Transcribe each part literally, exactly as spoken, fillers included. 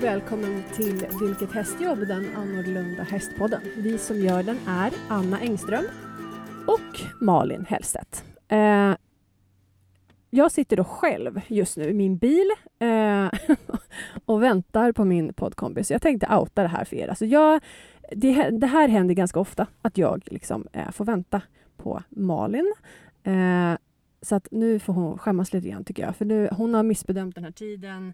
välkommen till Vilket hästjobb, den annorlunda hästpodden. Vi som gör den är Anna Engström och Malin Hellstedt. Eh, jag sitter då själv just nu i min bil eh, och väntar på min poddkompis. Jag tänkte outa det här för er. Alltså jag, det, det här händer ganska ofta att jag liksom, eh, får vänta på Malin. Eh, så att nu får hon skämmas lite grann tycker jag. För nu, hon har missbedömt den här tiden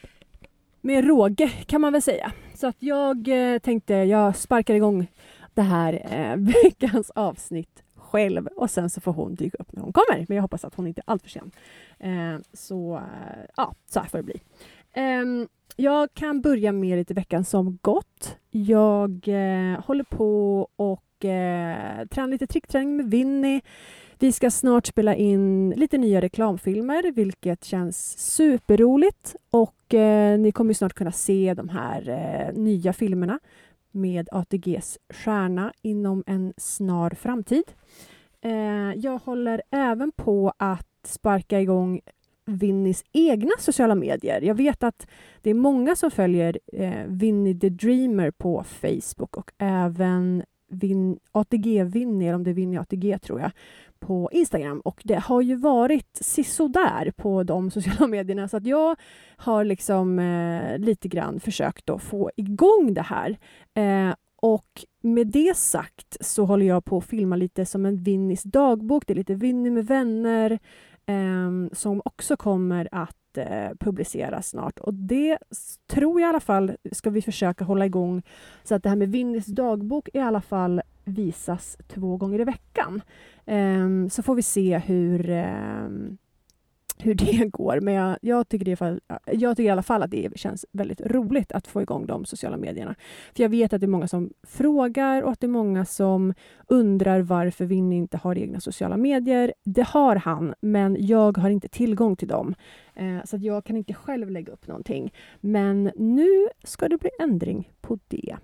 med råge kan man väl säga. Så att jag eh, tänkte jag sparkar igång det här eh, veckans avsnitt själv. Och sen så får hon dyka upp när hon kommer. Men jag hoppas att hon inte är allt för sen. Eh, så eh, ja, så här får det bli. Eh, jag kan börja med lite veckan som gått. Jag eh, håller på och eh, tränar lite trickträning med Winnie. Vi ska snart spela in lite nya reklamfilmer, vilket känns superroligt. Och eh, ni kommer snart kunna se de här eh, nya filmerna med A T G:s stjärna inom en snar framtid. Eh, jag håller även på att sparka igång Winnies egna sociala medier. Jag vet att det är många som följer eh, Winnie the Dreamer på Facebook och även Vin- A T G Winnie, eller om det är Winnie A T G tror jag, på Instagram. Och det har ju varit sisådär på de sociala medierna så att jag har liksom eh, lite grann försökt att få igång det här. Eh, och med det sagt så håller jag på att filma lite som en Winnies dagbok. Det är lite Winnie med vänner eh, som också kommer att eh, publiceras snart. Och det tror jag i alla fall ska vi försöka hålla igång så att det här med Winnies dagbok i alla fall visas två gånger i veckan. Um, så får vi se hur, um, hur det går. Men jag, jag, tycker det fall, jag tycker i alla fall att det känns väldigt roligt att få igång de sociala medierna. För jag vet att det är många som frågar och att det är många som undrar varför Winnie inte har egna sociala medier. Det har han, men jag har inte tillgång till dem. Uh, så att jag kan inte själv lägga upp någonting. Men nu ska det bli ändring på det.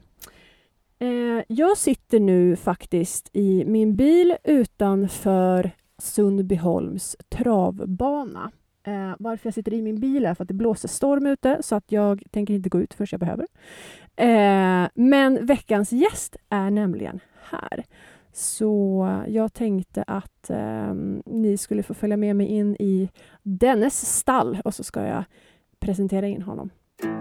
Eh, jag sitter nu faktiskt i min bil utanför Sundbyholms travbana. Eh, varför jag sitter i min bil är för att det blåser storm ute så att jag tänker inte gå ut förrän jag behöver. Eh, men veckans gäst är nämligen här. Så jag tänkte att eh, ni skulle få följa med mig in i dennes stall och så ska jag presentera in honom.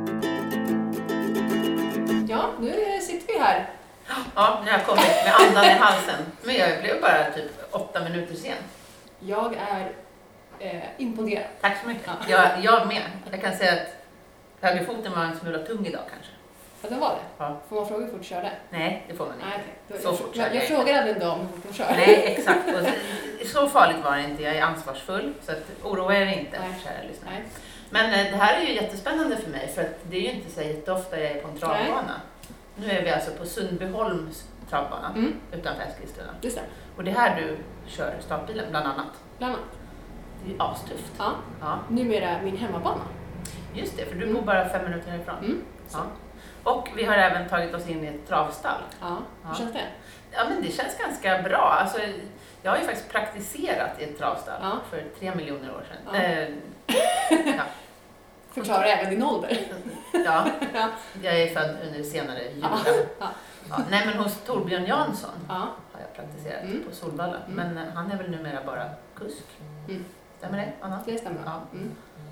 Ja, nu sitter vi här. Ja, nu har jag kommit med andan i halsen. Men jag blev bara typ åtta minuter sen. Jag är eh, imponerad. Tack så mycket. Ja. Jag, jag med. Jag kan säga att högerfoten var en smula tung idag kanske. Ja, det var det. Ja. Får man fråga hur fort du körde? Nej, det får man inte. Nej, okay. Så jag, fort jag, jag frågar aldrig en dam hur fort hon kör. Nej, exakt. Och så, så farligt var det inte. Jag är ansvarsfull. Så att, oroa er inte, Nej. kära lyssnare. Nej. Men eh, det här är ju jättespännande för mig. För att det är ju inte så jätteofta jag är på en travbana. Nu är vi alltså på Sundbyholms travbana Mm. utanför Eskilstuna. Just det. Och det är här du kör startbilen bland annat. Bland annat. Det är ju astufft. Ja. Ja. Numera min hemmabana. Just det, för du Mm. bor bara fem minuter härifrån. Mm. Ja. Och vi har även tagit oss in i ett travstall. Ja, hur Ja. känns det? Ja, men det känns ganska bra. Alltså, jag har ju faktiskt praktiserat i ett travstall Ja. för tre miljoner år sedan. Ja. Eh, ja. Förklarar även din ålder. Ja, Ja. jag är född under senare julen. Ja. Ja. Ja. Nej, men hos Torbjörn Jansson Ja. har jag praktiserat Mm. på Solvalla. Mm. Men eh, han är väl numera bara kusk. Mm. Stämmer det, Anna? Det stämmer. Ja. Mm.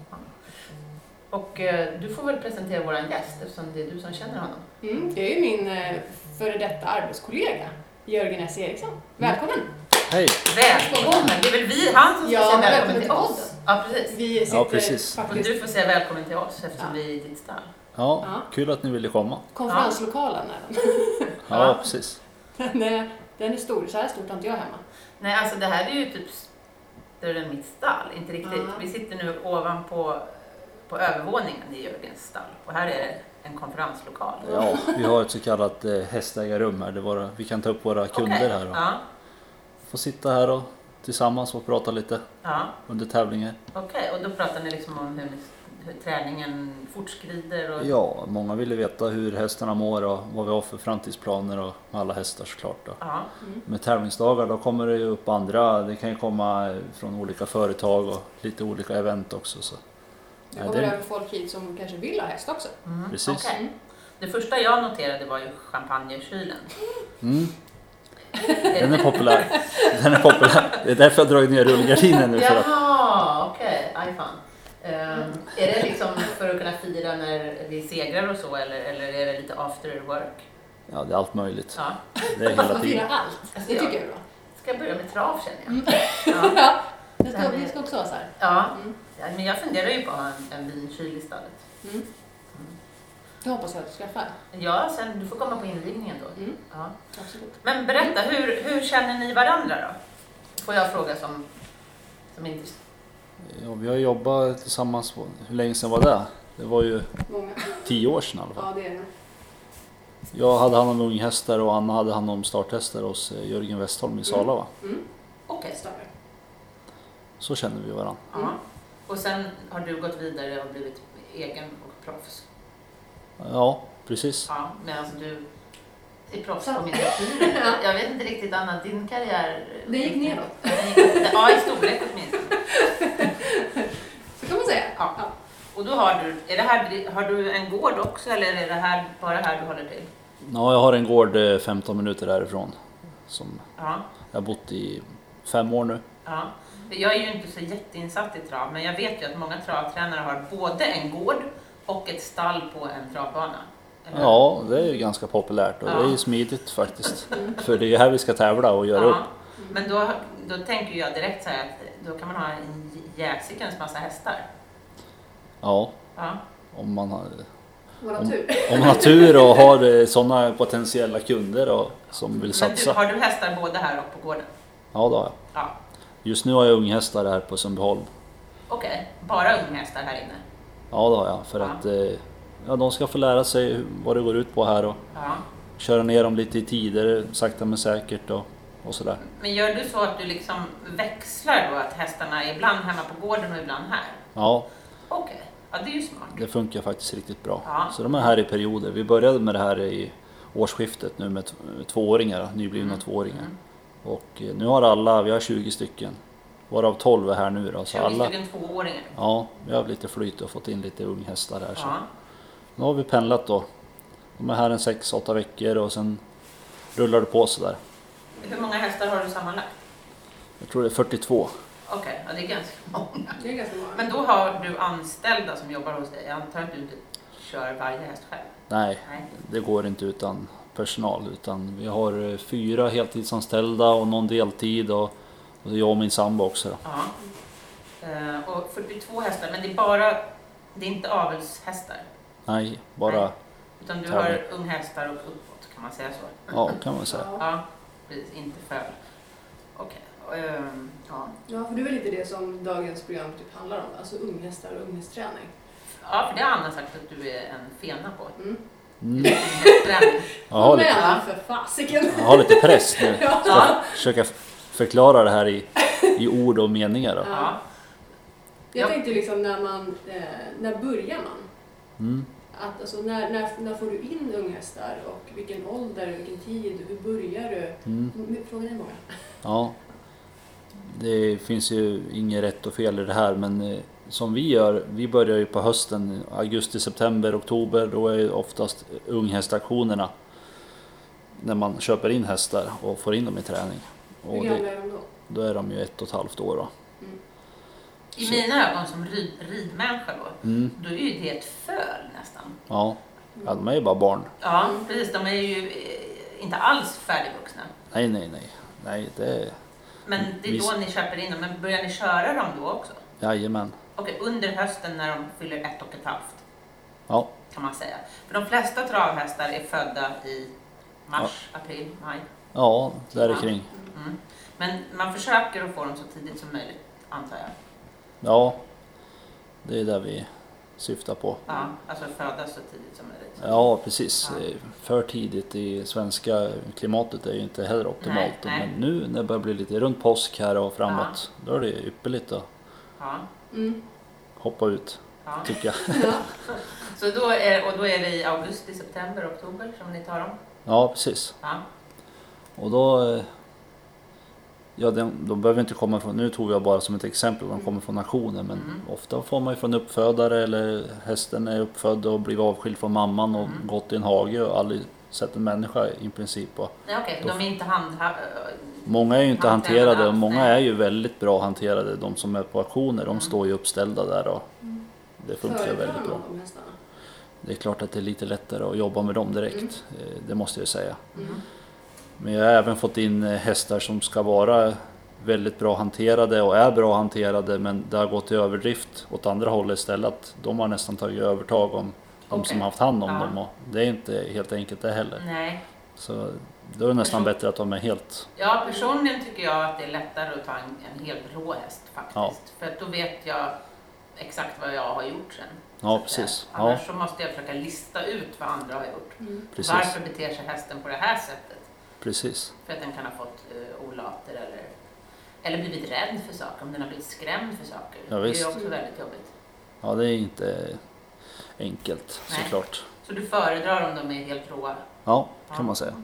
Och eh, du får väl presentera våran gäst eftersom det är du som känner honom. Mm. Det är ju min eh, före detta arbetskollega Jörgen S. Eriksson. Välkommen! Hej! Välkommen! Det är väl vi, han som ska Ja, säga välkommen välkommen till till oss. Ja, precis. Vi sitter Ja, precis. Och faktiskt du får säga välkommen till oss eftersom Ja. vi är i ditt stall. Ja, Ja. kul att ni ville komma. konferenslokalen är den. Ja, Ja. precis. Den är, den är stor, så här stort har inte jag hemma. Nej, alltså det här är ju typ större än mitt stall, inte riktigt. Ja. Vi sitter nu ovanpå på övervåningen i Jörgens stall. Och här är det en konferenslokal. Ja, vi har ett så kallat eh, hästägarrum här. Det var, vi kan ta upp våra kunder Okej. här och Ja, få sitta här och tillsammans och prata lite ja. under tävlingar. Okej, och då pratar ni liksom om hur, hur träningen fortskrider och... Ja, många ville veta hur hästarna mår och vad vi har för framtidsplaner och alla hästar såklart. Då. Ja. Mm. Med tävlingsdagar då kommer det ju upp andra, det kan ju komma från olika företag och lite olika event också. Så Det Ja, kommer det- över folk hit som kanske vill ha häst också. Mm. Precis. okej. Det första jag noterade var ju champagnekylen. Mm. Den är populär. Den är populär. Det är därför jag har dragit ner rullgardinen nu. För att, Jaha, okej. Aj fan. Ehm, är det liksom för att kunna fira när vi segrar och så, eller, eller är det lite after work? ja, det är allt möjligt. Ja. Det är hela Man tiden. firar allt. Det tycker jag är bra. Ska jag börja med trav känner jag. Mm. Ja. Ja, det ska, det ska också vara så här. Ja. Mm. Ja, men jag funderar ju på att ha en, en vinkyl i stallet. Mm. Det hoppas jag att du skaffar. Ja, sen du får komma på invigningen då. Mm. Ja. Absolut. Men berätta, hur, hur känner ni varandra då? Får jag fråga som, som inte... Ja, vi har jobbat tillsammans, på, hur länge sedan var det? Det var ju Många. tio år sedan i alla fall. Ja, det är det. Jag hade hand om unghästar och Anna hade hand om starthästar hos eh, Jörgen Westholm i Sala. Va? Mm. Okej. Startar. Så känner vi varandra. Ja. Och sen har du gått vidare och blivit egen och proffs. Ja, precis. Ja, medan du är proffs på miniatyrer. Jag vet inte riktigt Anna, din karriär... Det gick neråt. Den gick- Ja, i storlek åtminstone. Så kan man säga. Ja. Och då har du, är det här, har du en gård också eller är det här bara här du håller till? Ja, jag har en gård eh, femton minuter därifrån. Som Ja. jag har bott i fem år nu. Ja. Jag är ju inte så jätteinsatt i trav, men jag vet ju att många travtränare har både en gård och ett stall på en travbana. Eller? Ja, det är ju ganska populärt och Ja. det är ju smidigt faktiskt. För det är ju här vi ska tävla och göra upp. Men då, då tänker jag direkt så här att då kan man ha en jäsikens massa hästar. Ja, Ja. om man har, Våran om, tur. om man har tur och har sådana potentiella kunder och, som vill Men du, satsa. har du hästar både här och på gården? Ja, då har jag. Ja. Just nu har jag unghästar här på Sundbyholm. Okej, bara unghästar här inne? Ja, då har jag. För Ja. att eh, ja, de ska få lära sig hur- vad det går ut på här och Ja. köra ner dem lite i tider, sakta men säkert och, och sådär. Men gör du så att du liksom växlar då, att hästarna är ibland hemma på gården och ibland här? Ja, Okej, ja det är ju smart. det funkar faktiskt riktigt bra. Ja. Så de är här i perioder. Vi började med det här i årsskiftet nu med t- tvååringar, nyblivna Mm. tvååringar. Mm. Och eh, nu har alla, vi har tjugo stycken, varav tolv är här nu då. Så tjugo alla, stycken tvååringar. ja, vi har lite flyt och fått in lite unghästar här. Så. Ja. Nu har vi pendlat då. De är här en sex åtta veckor och sen rullar det på sådär. Hur många hästar har du sammanlagt? Jag tror det är fyrtiotvå. Okej, ja, det är ganska många. Det är ganska många. Men då har du anställda som jobbar hos dig. Jag antar att du inte kör varje häst själv? Nej, Nej. det går inte utan personal. Utan vi har eh, fyra heltidsanställda och någon deltid och, och jag och min sambo också. Då. Ja. Eh, och fyrtiotvå hästar, men det är bara, det är inte avelshästar? Nej, bara, Nej. Utan du Tävling. har unghästar och uppåt, kan man säga så? ja kan man säga. Ja, precis, inte föl. Okej. Ehm, ja. Ja, för det är väl lite det som dagens program typ handlar om. Alltså unghästar och unghästträning. ja, för det har Anna sagt att du är en fena på. Mm. Mm. Unghästträning. Jag, har lite, Men för fasiken! jag har lite press nu. Ja. Ska jag försöka f- förklara det här i, i ord och meningar. Då. Ja. Jag Ja. tänkte liksom när man, eh, när börjar man? Mm. Att, alltså, när, när, när får du in unghästar och vilken ålder, vilken tid, hur börjar du? Mm. M- Frågan är många. Ja, det finns ju inget rätt och fel i det här, men eh, som vi gör, vi börjar ju på hösten, augusti, september, oktober, då är ju oftast unghästaktionerna när man köper in hästar och får in dem i träning. Hur Och gamla det, är de då? då är de ju ett och ett halvt år. Då. I Så. mina ögon som rid, ridmänniska då, Mm. då är ju det ett föl nästan. Ja, ja, de är ju bara barn. Ja, Mm. precis. De är ju eh, inte alls färdigvuxna. Nej, nej, nej. Nej, det är... Men det är Vi- då ni köper in dem. Men börjar ni köra dem då också? Jajamän. Okej, under hösten när de fyller ett och ett halvt, Ja, kan man säga. För de flesta travhästar är födda i mars, april, maj. ja där är kring. Mm. Men man försöker att få dem så tidigt som möjligt, antar jag. Ja, det är där vi syftar på. Ja, alltså födas så tidigt som möjligt. Ja, precis. Ja. Eh, För tidigt i svenska klimatet är ju inte heller optimalt. Nej, nej. Men nu när det börjar bli lite runt påsk här och framåt, då är det ypperligt att Ja, Mm. hoppa ut, ja. tycker jag. Ja. Så då är, och då är det i augusti, september, oktober som ni tar dem? Ja, precis. Ja. Och då, eh, Ja, de, de behöver inte komma från, nu tog jag bara som ett exempel, de kommer från nationer, men Mm. ofta får man ju från uppfödare eller hästen är uppfödd och blivit avskild från mamman och Mm. gått i en hage och aldrig sett en människa i princip. Och Ja, okej, så de är inte hand... ha- många är ju inte Hanterade hanterade och alls, många nej. är ju väldigt bra hanterade, de som är på auktioner, de Mm. står ju uppställda där och Mm. det funkar Föredrar väldigt bra. någon de hästarna? Det är klart att det är lite lättare att jobba med dem direkt, Mm. eh, det måste jag säga. Mm. Men jag har även fått in eh, hästar som ska vara väldigt bra hanterade och är bra hanterade, men det har gått i överdrift åt andra hållet istället. De har nästan tagit övertag om de Okej. som har haft hand om Ja. dem och det är inte helt enkelt det heller. Nej. Så då är det nästan Person- bättre att de är helt... Ja, personligen tycker jag att det är lättare att ta en, en helt rå häst faktiskt. Ja. För att då vet jag exakt vad jag har gjort sen. Ja, Så att precis. säga. Ja, Annars så måste jag försöka lista ut vad andra har gjort. Mm. precis. Varför beter sig hästen på det här sättet? Precis. För att den kan ha fått uh, olater eller, eller blivit rädd för saker, om den har blivit skrämd för saker. Ja, det visst. är också väldigt jobbigt. Ja, det är inte enkelt Nej. såklart. Så du föredrar om de är helt råa? Ja, Ja. kan man säga.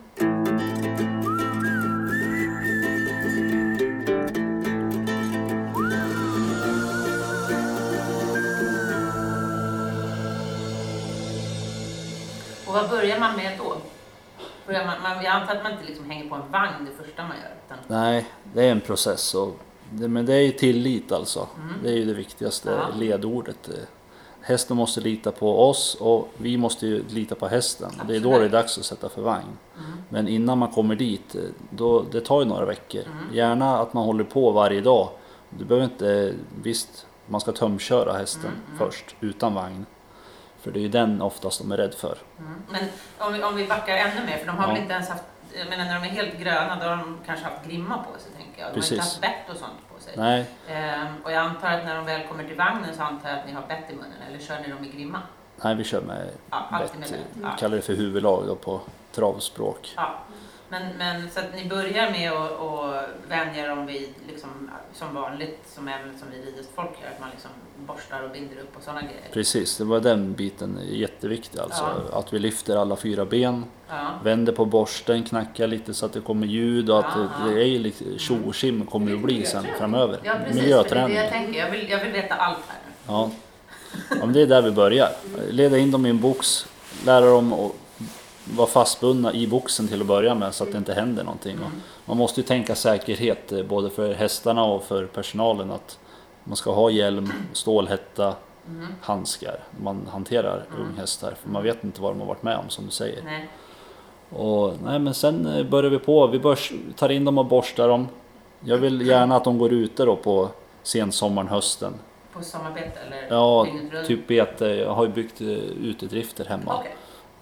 Och vad börjar man med då? Börjar man, man, jag antar att man inte liksom hänger på en vagn det första man gör. Utan, Nej, det är en process. Och det, men det är ju tillit alltså. Mm. Det är ju det viktigaste Ja. ledordet. Hästen måste lita på oss och vi måste ju lita på hästen. Och det är då Absolut. det är dags att sätta för vagn. mm. Men innan man kommer dit, då, det tar ju några veckor. Mm. Gärna att man håller på varje dag. Du behöver inte, visst, man ska tömköra hästen Mm, mm. först utan vagn. För det är ju den oftast de är rädd för. Mm. Men om vi, om vi backar ännu mer, för de har Ja. väl inte ens haft, jag menar när de är helt gröna då har de kanske haft grimma på sig tänker jag. De Precis. har inte haft bett och sånt på sig. Nej, Ehm, och jag antar att när de väl kommer till vagnen så antar jag att ni har bett i munnen, eller kör ni dem i grimma? nej vi kör med Ja, alltid bett. med bett. Vi Ja. kallar det för huvudlag då på travspråk. Ja. Men, men så att ni börjar med att, att vänja dem vid, liksom, som vanligt, som även som vi ridhästfolk gör, att man liksom borstar och binder upp och sådana grejer. Precis, det var den biten jätteviktig alltså. Att vi lyfter alla fyra ben, Ja. vänder på borsten, knackar lite så att det kommer ljud och att Aha. det, det är lite tjo och tjim kommer det att bli sen framöver. Ja, precis. För det är det Miljöträning. jag tänker. Jag vill, jag vill veta allt här nu. Ja. Ja, men det är där vi börjar. Leda in dem i en box, lära dem att vara fastbundna i boxen till att börja med så att det inte händer någonting. Mm. Och man måste ju tänka säkerhet eh, både för hästarna och för personalen, att man ska ha hjälm, stålhätta, Mm. handskar när man hanterar Mm. unghästar, för man vet inte vad de har varit med om som du säger. Nej. Och, nej, men sen eh, börjar vi på, vi börs, tar in dem och borstar dem. Jag vill gärna att de går ute då på sensommaren, hösten. På sommarbete eller Ja, dygnet runt? typ bete. Jag har ju byggt eh, utedrifter hemma. Okej.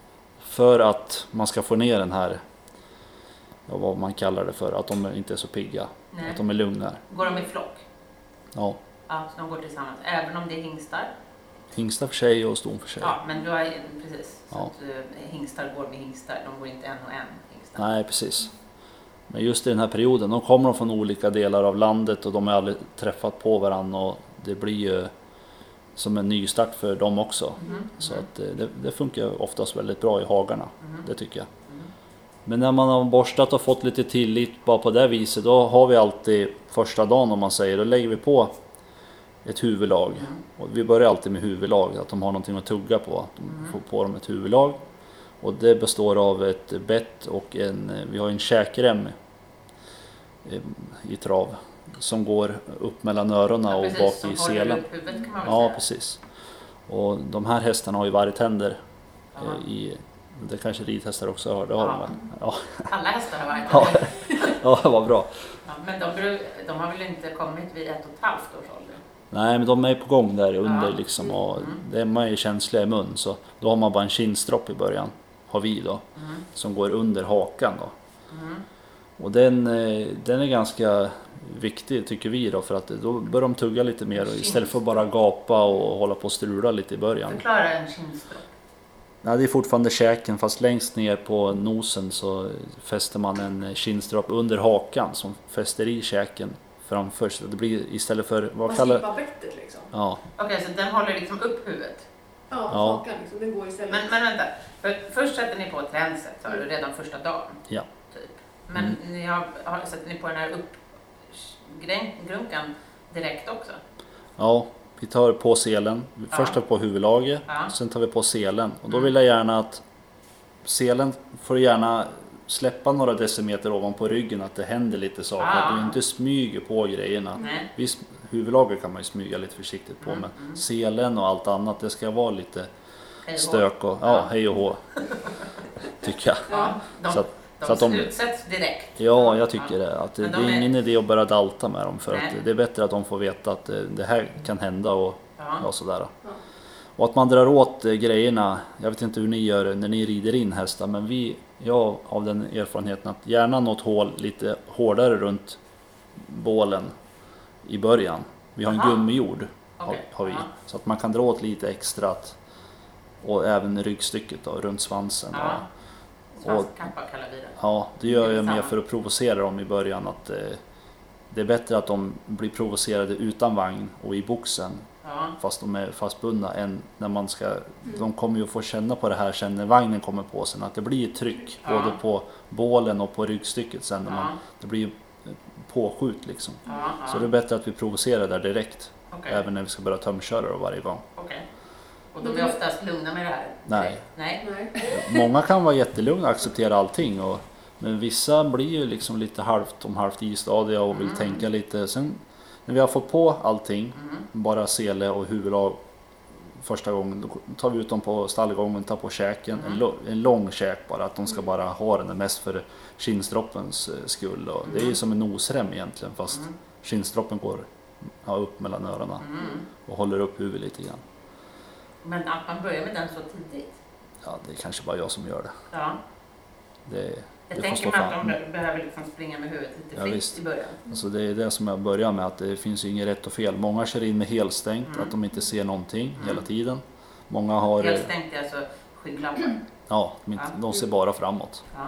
För att man ska få ner den här, ja, vad man kallar det för, att de inte är så pigga. Nej. Att de är lugna. Går de i flock? Ja, Ja, så de går tillsammans. Även om det är hingstar? hingstar för sig och ston för sig. Ja, men du har precis. Så Ja. att uh, hingstar går med hingstar. De går inte en och en hingstar. Nej, precis. Men just i den här perioden, de kommer från olika delar av landet och de har aldrig träffat på varandra och det blir ju som en ny start för dem också. Mhm. Så att eh, det, det funkar oftast väldigt bra i hagarna, Mhm. det tycker jag. Mhm. Men när man har borstat och fått lite tillit bara på det viset, då har vi alltid första dagen, om man säger, då lägger vi på ett huvudlag. Mm. Och vi börjar alltid med huvudlag, att de har någonting att tugga på. Att de Mm. får på dem ett huvudlag. Och det består av ett bett och en, vi har en käkrem eh, i trav som går upp mellan öronen Ja, och precis, bak som i håller selen. upp huvudet kan man väl Ja, säga. precis. Och de här hästarna har ju vargtänder Ja. eh, i, det kanske ridhästar också har, det har Ja. de väl? Ja, Alla hästar har varit ja. där. Ja, det var bra. Ja, men de, bru- de har väl inte kommit vid ett och ett halvt års ålder? Nej, men de är på gång där under Ja. liksom, och Mm. det är man är känsliga i mun, så då har man bara en kindstropp i början, har vi då, Mm. som går under hakan då. Mm. Och den, eh, den är ganska viktig tycker vi då, för att då börjar de tugga lite mer och istället för att bara gapa och hålla på och strula lite i början. Förklara en kindstropp. Nej, det är fortfarande käken, fast längst ner på nosen så fäster man en kindstropp under hakan som fäster i käken framför, så det blir istället för, vad Man kallar skippar bettet liksom. ja, Okej, så den håller liksom upp huvudet? Ja, Ja. hakan liksom. Den går istället. Men, men vänta, för först sätter ni på tränset sa du redan första dagen? Ja. Typ. Men Mm. ni har, har, sätter ni på den här upp, grän- grunkan direkt också? Ja, vi tar på selen. Först tar vi på huvudlaget, Ja. sen tar vi på selen. Och då Mm. vill jag gärna att selen får gärna släppa några decimeter ovanpå ryggen, att det händer lite saker. Ja. Att du inte smyger på grejerna. Nej. Visst, huvudlaget kan man ju smyga lite försiktigt på, Mm, men mm. selen och allt annat, det ska vara lite Hej och hå. stök och ja, hej och hå. Tycker jag. Ja, de, Så att, de, så att de- utsätts direkt. Ja, jag tycker det. Att det, Men det de är är- ingen idé att börja dalta med dem, för Nej. att det är bättre att de får veta att det, det här kan hända och, Ja. och sådär. Ja. Och att man drar åt eh, grejerna. Jag vet inte hur ni gör när ni rider in hästar, men vi, jag av den erfarenheten att gärna något hål lite hårdare runt bålen i början. Vi har en Aha. gummijord har, Okej. har vi, Ja. så att man kan dra åt lite extra att, och även ryggstycket då, runt svansen. Ja. Och, Svanskappa kallar vi det. ja, det gör Det är jag mer samma. för att provocera dem i början. Att eh, det är bättre att de blir provocerade utan vagn och i boxen Ja. fast de är fastbundna, än när man ska, de kommer ju att få känna på det här sen när vagnen kommer på sen, att det blir ett tryck Ja. både på bålen och på ryggstycket sen när Ja. man, det blir påskjut liksom. Ja, ja. Så det är bättre att vi provocerar där direkt, Okej. även när vi ska börja tömköra då varje gång. Okej. Och de är oftast lugna med det här? Nej. Nej. Nej. Många kan vara jättelugna och acceptera allting, och, men vissa blir ju liksom lite halvt om halvt istadiga och vill Mm. tänka lite. Sen när vi har fått på allting, Mm. bara sele och huvudlag första gången, då tar vi ut dem på stallgången, tar på käken, Mm. en, lo- en lång käk bara, att de ska bara ha den, mest för skinnstroppens eh, skull. Och det är ju som en nosrem egentligen, fast Mm. skinnstroppen går ja, upp mellan öronen Mm. och håller upp huvudet lite grann. Men att man börjar med den så tidigt? Ja, det är kanske bara jag som gör det. Ja. det, Jag det får tänker stå mig att fram. de be- behöver liksom springa med huvudet lite Ja, fritt visst. i början. Alltså det är det som jag börjar med, att det finns ju inget rätt och fel. Många kör in med helstängt, Mm. att de inte ser någonting Mm. hela tiden. Många har, Helt stängt är alltså skygglappar. ja, de, inte, de ser bara framåt. Ja.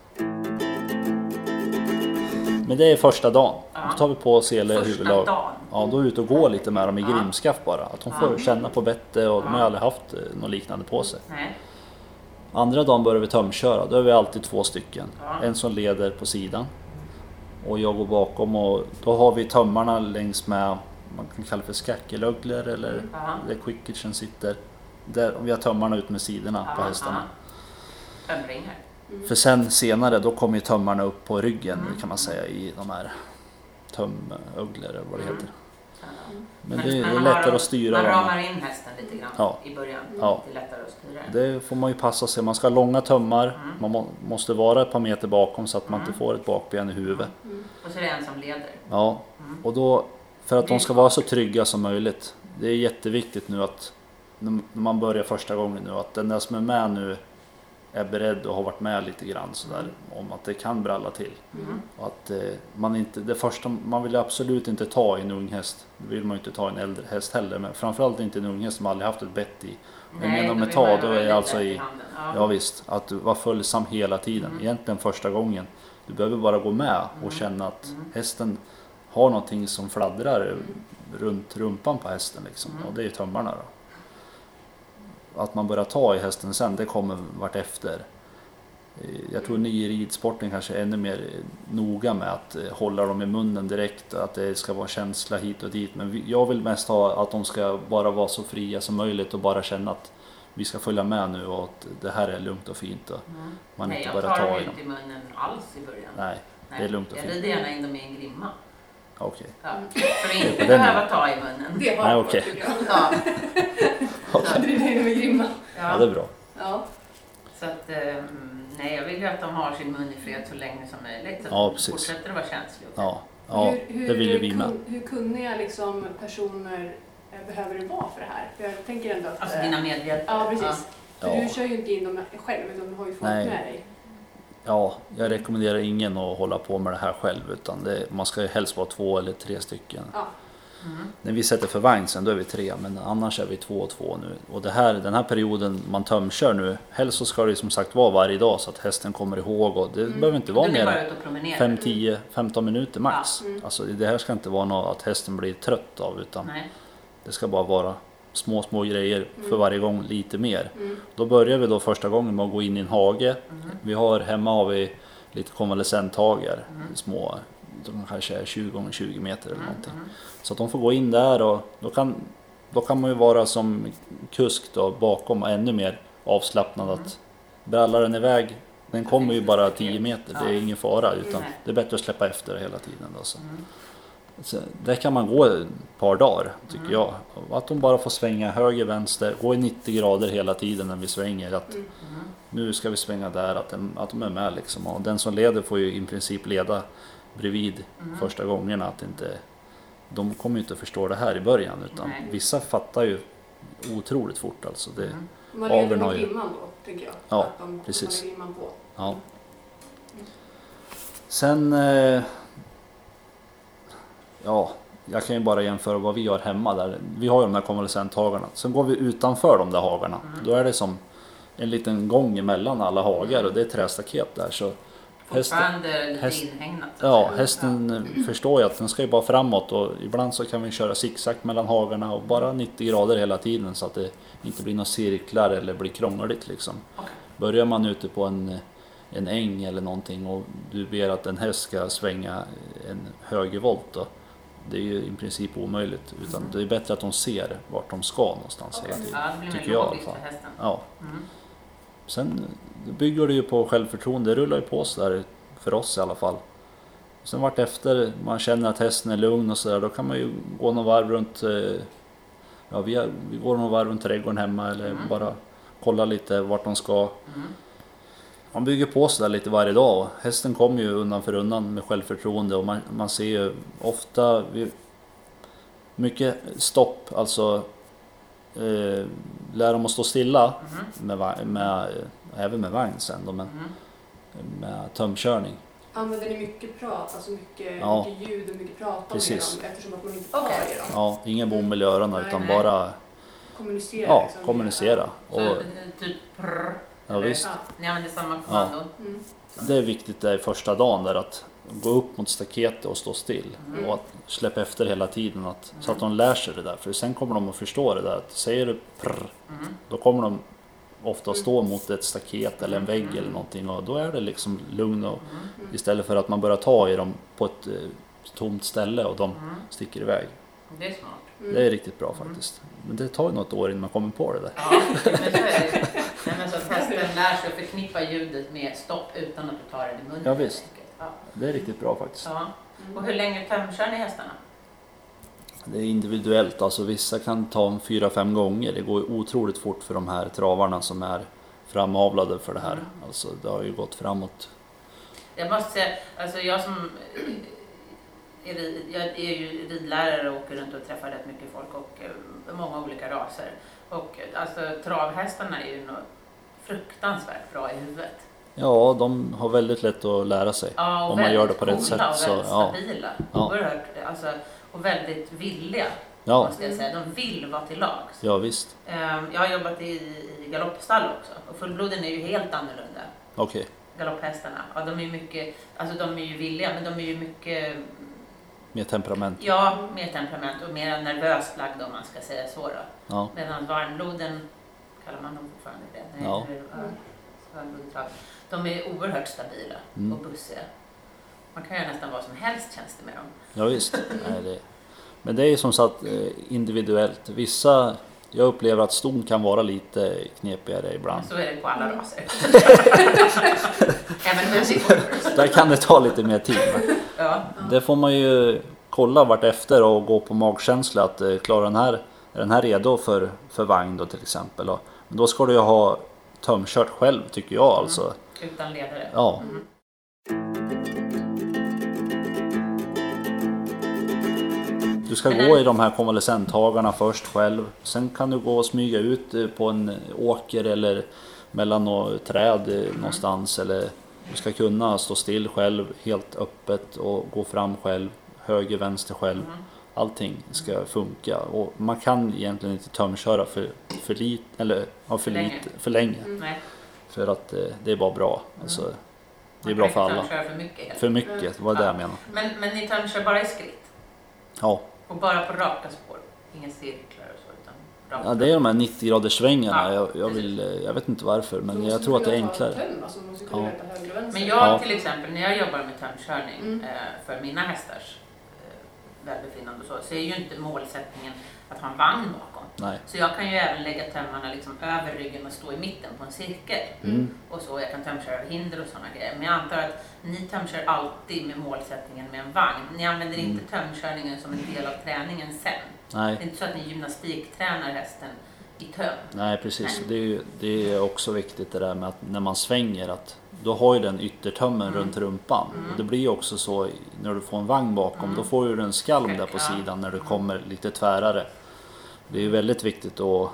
Men det är första dagen. Ja. Då tar vi på sele Första huvudlag. dagen. Ja, då är vi ute och går lite med dem i Ja. grimskaft bara. Att de får Ja. känna på bete, och de har Ja. aldrig haft eh, något liknande på sig. Nej. Andra dagen börjar vi tömköra. Då är vi alltid två stycken. Ja. En som leder på sidan och jag går bakom, och då har vi tömmarna längs med, man kan kalla för skackelögler eller Ja. där quickitchen sitter. Där, och vi har tömmarna ut med sidorna på Ja, hästarna. ja. Tömringar. För sen senare då kommer ju tömmarna upp på ryggen Mm. kan man säga, i de här tömögler eller vad det Mm. heter. Ja. Men det, det är man har lättare dem- att styra Man dem. ramar in hästen lite grann Ja. i början. Ja. Det är lättare att styra den. Det får man ju passa sig. Man ska ha långa tömmar. Mm. Man må, måste vara ett par meter bakom så att man Mm. inte får ett bakben i huvudet. Mm. Och så är det en som leder. Ja, Mm. och då för att de ska vara så trygga som möjligt. Det är jätteviktigt nu att när man börjar första gången nu, att den där som är med nu är beredd och har varit med lite grann sådär, om att det kan bralla till. Mm. Och att eh, man inte, det första, man vill absolut inte ta i en ung häst. Det vill man ju inte ta i en äldre häst heller, men framförallt inte en ung häst som aldrig haft ett bett i. Jag menar då med vill ta, man då ha är lite alltså i, handen. Ja. ja visst, att du var följsam hela tiden. Mm. Egentligen första gången. Du behöver bara gå med och Mm. känna att Mm. hästen har någonting som fladdrar runt rumpan på hästen liksom. Mm. Och det är ju tömmarna då. Att man börjar ta i hästen sen, det kommer vart efter. Eh, Jag tror ni i ridsporten kanske är ännu mer eh, noga med att eh, hålla dem i munnen direkt, att det ska vara känsla hit och dit. Men vi, jag vill mest ha att de ska bara vara så fria som möjligt och bara känna att vi ska följa med nu och att det här är lugnt och fint. Och Mm. man Nej, inte jag bara tar tar dem i dem. inte i munnen alls i början. Nej, Nej, det är lugnt och jag fint. rider gärna in dem i en grimma. okej. Ja. Mm. För att Det är inte på den behöva ta i munnen. Det har Nej, jag okej. fått, tycker jag. Ja. Okej. Det är med grimma. Ja, det är bra. Ja. Så att, eh, nej, jag vill ju att de har sin mun i fred så länge som möjligt. Så att Ja, de precis. fortsätter att vara känsliga. Ja, ja hur, hur, det vill ju vi med. kun- Hur kunniga liksom, personer eh, behöver det vara för det här? För jag tänker ändå att... Alltså eh, dina medhjälpare. Ja, precis. För Ja. du kör ju inte in dem själv, utan du har ju folk Nej. med dig. Ja, jag rekommenderar ingen att hålla på med det här själv, utan det, man ska ju helst vara två eller tre stycken. Ja. Mm. När vi sätter för vagn sen, då är vi tre, men annars är vi två och två nu. Och det här, den här perioden man tömkör nu, helst så ska det som sagt vara varje dag så att hästen kommer ihåg, och det Mm. behöver inte Då vara är det mer bara än ut och promenera. fem, tio, femton minuter max. Ja, mm. Alltså det här ska inte vara något att hästen blir trött av, utan Nej. det ska bara vara små, små grejer för Mm. varje gång, lite mer. Mm. Då börjar vi då första gången med att gå in i en hage. Mm. Vi har hemma har vi lite konvalescenthagar, Mm. små de kanske är tjugo gånger tjugo meter eller Mm, någonting. mm. Så att de får gå in där och då kan, då kan man ju vara som kusk då bakom och ännu mer avslappnad Mm. att brallar den iväg, den kommer ju finns bara ett tio staket. meter, det Ja. är ingen fara utan Nej. det är bättre att släppa efter hela tiden då, så. Mm. Så där kan man gå ett par dagar tycker Mm. jag. Att de bara får svänga höger, vänster, gå i nittio grader hela tiden när vi svänger. Att Mm. Mm. nu ska vi svänga där, att de, att de är med liksom. Och den som leder får ju i princip leda bredvid Mm. första gångerna. Att inte, de kommer ju inte förstå det här i början utan Nej. vissa fattar ju otroligt fort alltså. Det, Mm. Man leder Aveln har mot ju- limman då, tänker jag. Ja, att de, precis. Man lägger limman på. ja. Sen, eh, ja, jag kan ju bara jämföra vad vi har hemma där. Vi har ju de här konvalescenthagarna. Sen går vi utanför de där hagarna. Mm. Då är det som en liten gång emellan alla hagar och det är trästaket där. Så hästen, Fortfarande lite häst- inhägnat. ja, hästen förstår ju att den ska ju bara framåt och ibland så kan vi köra zigzag mellan hagarna och bara nittio grader hela tiden så att det inte blir några cirklar eller blir krångligt liksom. Okej. Börjar man ute på en, en äng eller någonting och du ber att en häst ska svänga en högervolt då, det är ju i princip omöjligt utan det är bättre att de ser vart de ska någonstans hela tiden. Ja, det blir Tycker mer jag i alla logiskt fall. för hästen. Ja. Mm. Sen bygger det ju på självförtroende, det rullar ju på så där för oss i alla fall. Sen vart efter man känner att hästen är lugn och så där, då kan man ju gå någon varv runt, eh, ja vi, har, vi går någon varv runt trädgården hemma eller Mm. bara kolla lite vart de ska. Mm. Man bygger på så där lite varje dag och hästen kommer ju undan för undan med självförtroende och man, man ser ju ofta vi, mycket stopp, alltså eh, lär dem att stå stilla Mm. med, va- med, även med vagn sen då, men Mm. med tömkörning. Använder ni mycket prat, alltså mycket, Ja. mycket ljud och mycket prata Precis. med dem eftersom att man inte Okej. hör i dem? Ja, ingen bomull i öronen Nej, utan nej. bara Kommunicera ja, liksom. kommunicera. Så Och, eh, typ prr, ja, eller? visst. Ja. Ni använder samma kommando? Mm. Det är viktigt där första dagen där att gå upp mot staketet och stå still Mm. och att släppa efter hela tiden att, så att de lär sig det där för sen kommer de att förstå det där att säger du prr, Mm. då kommer de ofta stå mot ett staket eller en vägg Mm. eller någonting och då är det liksom lugn och Mm. istället för att man börjar ta i dem på ett eh, tomt ställe och de Mm. sticker iväg. Det är smart. Mm. Det är riktigt bra Mm. faktiskt. Men det tar ju något år innan man kommer på det där. Ja, men så är det. Nej, men så att hästen lär sig att förknippa ljudet med stopp utan att du tar den i munnen. Ja, visst. helt enkelt. Ja. Det är riktigt bra faktiskt. Ja. Mm. Och hur länge tömkör ni hästarna? Det är individuellt, alltså vissa kan ta en fyra, fem gånger. Det går ju otroligt fort för de här travarna som är framavlade för det här. Mm. Alltså det har ju gått framåt. Jag måste säga, alltså jag som är, rid, jag är ju ridlärare och åker runt och träffar rätt mycket folk och eh, många olika raser. Och alltså travhästarna är ju något fruktansvärt bra i huvudet. Ja, de har väldigt lätt att lära sig. Ja, och Om man gör det på rätt väldigt sätt coola och så, väldigt ja. stabila. Ja. Oerhört, alltså, och väldigt villiga, Ja, måste jag säga. De vill vara till lags. ja visst. Ehm, Jag har jobbat i, i galoppstall också och fullbloden är ju helt annorlunda. Okej. Galopphästarna, ja, de är ju mycket, alltså de är ju villiga men de är ju mycket, Med temperament. ja, mer temperament och mer nervöst lagda om man ska säga så då. Ja. Medan varmbloden, kallar man dem fortfarande det? Nej, Ja. det är- ja, varmblodig trav. De är oerhört stabila Mm. och bussiga. Man kan göra nästan vad som helst känns det med dem. Ja, visst. Nej, det... Men det är ju som sagt eh, individuellt. Vissa, jag upplever att ston kan vara lite knepigare ibland. Så är det på alla raser. Även människor. Där kan det ta lite mer tid. Men Ja. det får man ju kolla vart efter och gå på magkänsla att eh, klara den här, är den här redo för, för vagn då till exempel. Och, men då ska du ju ha tömkört själv tycker jag alltså. Utan ledare. Ja. Mm. Du ska Men gå den- i de här konvalescenthagarna först själv. Sen kan du gå och smyga ut eh, på en åker eller mellan några träd eh, någonstans. Eller du ska kunna stå still själv helt öppet och gå fram själv. Höger, vänster själv. Mm. Allting ska funka. Och man kan egentligen inte tömköra för, för, lit, eller, ja, för, För länge. lite, för länge. Nej. För att eh, det är bara bra. Alltså, det är Man bra kan för inte alla. tömköra för mycket. helt. För mycket, det var det jag menade. Men, men ni tömkör bara i skritt? Ja, Och bara på raka spår? Inga cirklar och så? Utan rakt Ja, det är de här nittio graders svängarna. Ja, jag, jag, vill, jag vet inte varför, men jag tror att det är enklare. Töm, alltså, man måste kunna Ja. veta höger och vänster. Men jag Ja. till exempel, när jag jobbar med tömkörning Mm. eh, för mina hästars eh, välbefinnande och så, så är ju inte målsättningen att ha en vagn bakom. Nej. Så jag kan ju även lägga tömmarna liksom över ryggen och stå i mitten på en cirkel. Mm. Och så jag kan tömköra över hinder och sådana grejer. Men jag antar att ni tömkör alltid med målsättningen med en vagn. Ni använder Mm. inte tömkörningen som en del av träningen sen. Nej. Det är inte så att ni gymnastiktränar hästen i töm. Nej, precis. Nej. Det är, ju, det är också viktigt det där med att när man svänger, att då har ju den yttertömmen Mm. runt rumpan. Mm. Och det blir ju också så i- när du får en vagn bakom, Mm. då får ju du en skalm där på Ja. sidan när du Mm. kommer lite tvärare. Det är ju väldigt viktigt att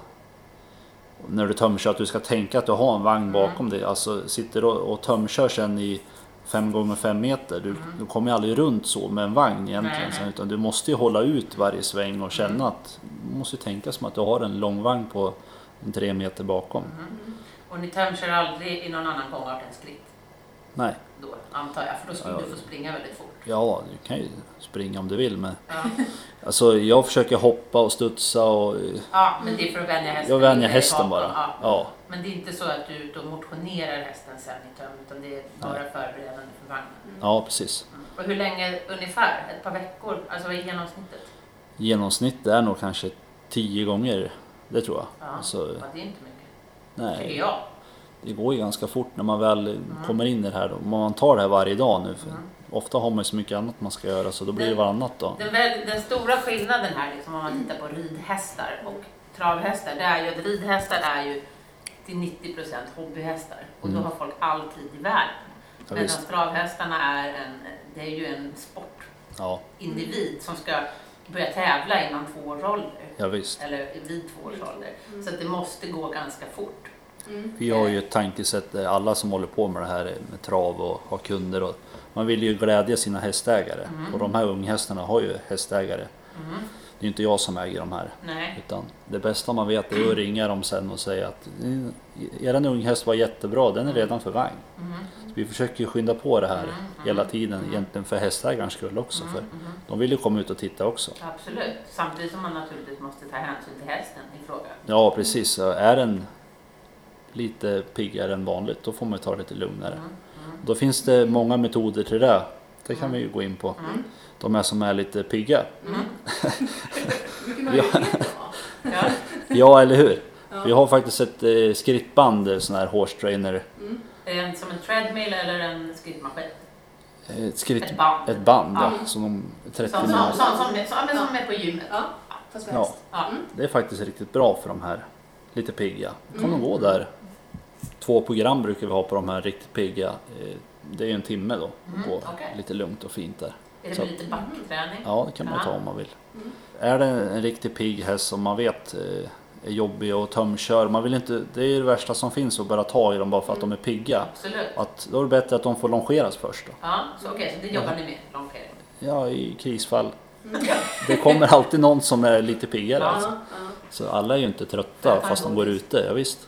när du tömkör att du ska tänka att du har en vagn bakom dig. Alltså sitter du och tömkör sen i fem gånger fem meter, du, Mm. du kommer ju aldrig runt så med en vagn egentligen. Nej, nej. Utan du måste ju hålla ut varje sväng och känna Mm. att du måste tänka som att du har en lång vagn på en tre meter bakom. Mm. Och ni tömkör aldrig i någon annan gångart än skritt Nej, då, antar jag. För då skulle Ja. du få springa väldigt fort. ja du kan ju springa om du vill, men Ja, alltså jag försöker hoppa och studsa och ja men det är för att vänja hästen. jag vänjer inte hästen bakom. bara. Ja. Ja, Men det är inte så att du är ute och motionerar hästen sen i töm, utan det är bara Nej. förberedande för vagnen. ja precis. Mm. Och hur länge ungefär? Ett par veckor? Alltså vad är genomsnittet? Genomsnitt är nog kanske tio gånger, det tror jag. Ja, Alltså, ja det är inte mycket. Tycker nej, jag. det går ju ganska fort när man väl kommer in i det här. Då. Om man tar det här varje dag nu, för Mm. ofta har man ju så mycket annat man ska göra, så då blir det Den- varannat då. Den, väl, den stora skillnaden här, liksom, om man tittar på ridhästar och travhästar, det är ju att ridhästar är ju till nittio procent hobbyhästar. Och då Mm. har folk all tid i världen. Ja, Medan visst. travhästarna är en, det är ju en sportindivid Ja, som ska börja tävla innan två års ålder. ja, visst. Eller vid två års ålder. Mm. Så att det måste gå ganska fort. Mm. Vi har ju ett tankesätt, eh, alla som håller på med det här med trav och har kunder. Och man vill ju glädja sina hästägare. Mm. Och de här unghästarna har ju hästägare. Mm. Det är inte jag som äger de här. Nej. Utan det bästa man vet är att ringa dem sen och säga att "Mm, eran unghäst var jättebra, den är redan för vagn. Mm. Så vi försöker ju skynda på det här Mm, mm, hela tiden, mm. egentligen för hästägarens skull också. Mm, För mm. de vill ju komma ut och titta också. Absolut. Samtidigt som man naturligtvis måste ta hänsyn till hästen i fråga. Ja, precis. Så är den lite piggare än vanligt, då får man ju ta det lite lugnare. Mm. Mm. Då finns det många metoder till det. Det kan Mm. vi ju gå in på. Mm. De här som är lite pigga. Mm. Mycket möjligheter va? Ja. Ja, eller hur? Ja. Vi har faktiskt ett eh, skrittband, eh, sån här horse trainer. Mm. Är det en som en treadmill eller en skrittmaskin? eh, Ett, skritt, Ett band. ett band, ja. Ja. Som de trettio Som, som, minuter. som, som, som, som, som är på gymmet. Ja, fast för Ja. häst. Ja. Mm. Det är faktiskt riktigt bra för de här lite pigga. Då kan Mm. de gå där. Två program brukar vi ha på de här riktigt pigga. Eh, Det är ju en timme då. Mm, Gå okej. lite lugnt och fint där. Är det Så- med lite backträning? Ja, det kan man Ja. ta om man vill. Mm. Är det en riktigt pigg häst som man vet eh, är jobbig och tömkör. Man vill inte, det är ju det värsta som finns att bara ta i dem bara för att de är pigga. Absolut. Att, då är det bättre att de får longeras först då. Ja, så okej, så det jobbar ni med, långfering. Ja, i krisfall. Mm. Det kommer alltid någon som är lite piggare Ja. alltså. Ja, ja. Så alla är ju inte trötta fast de går ute, ja, visst.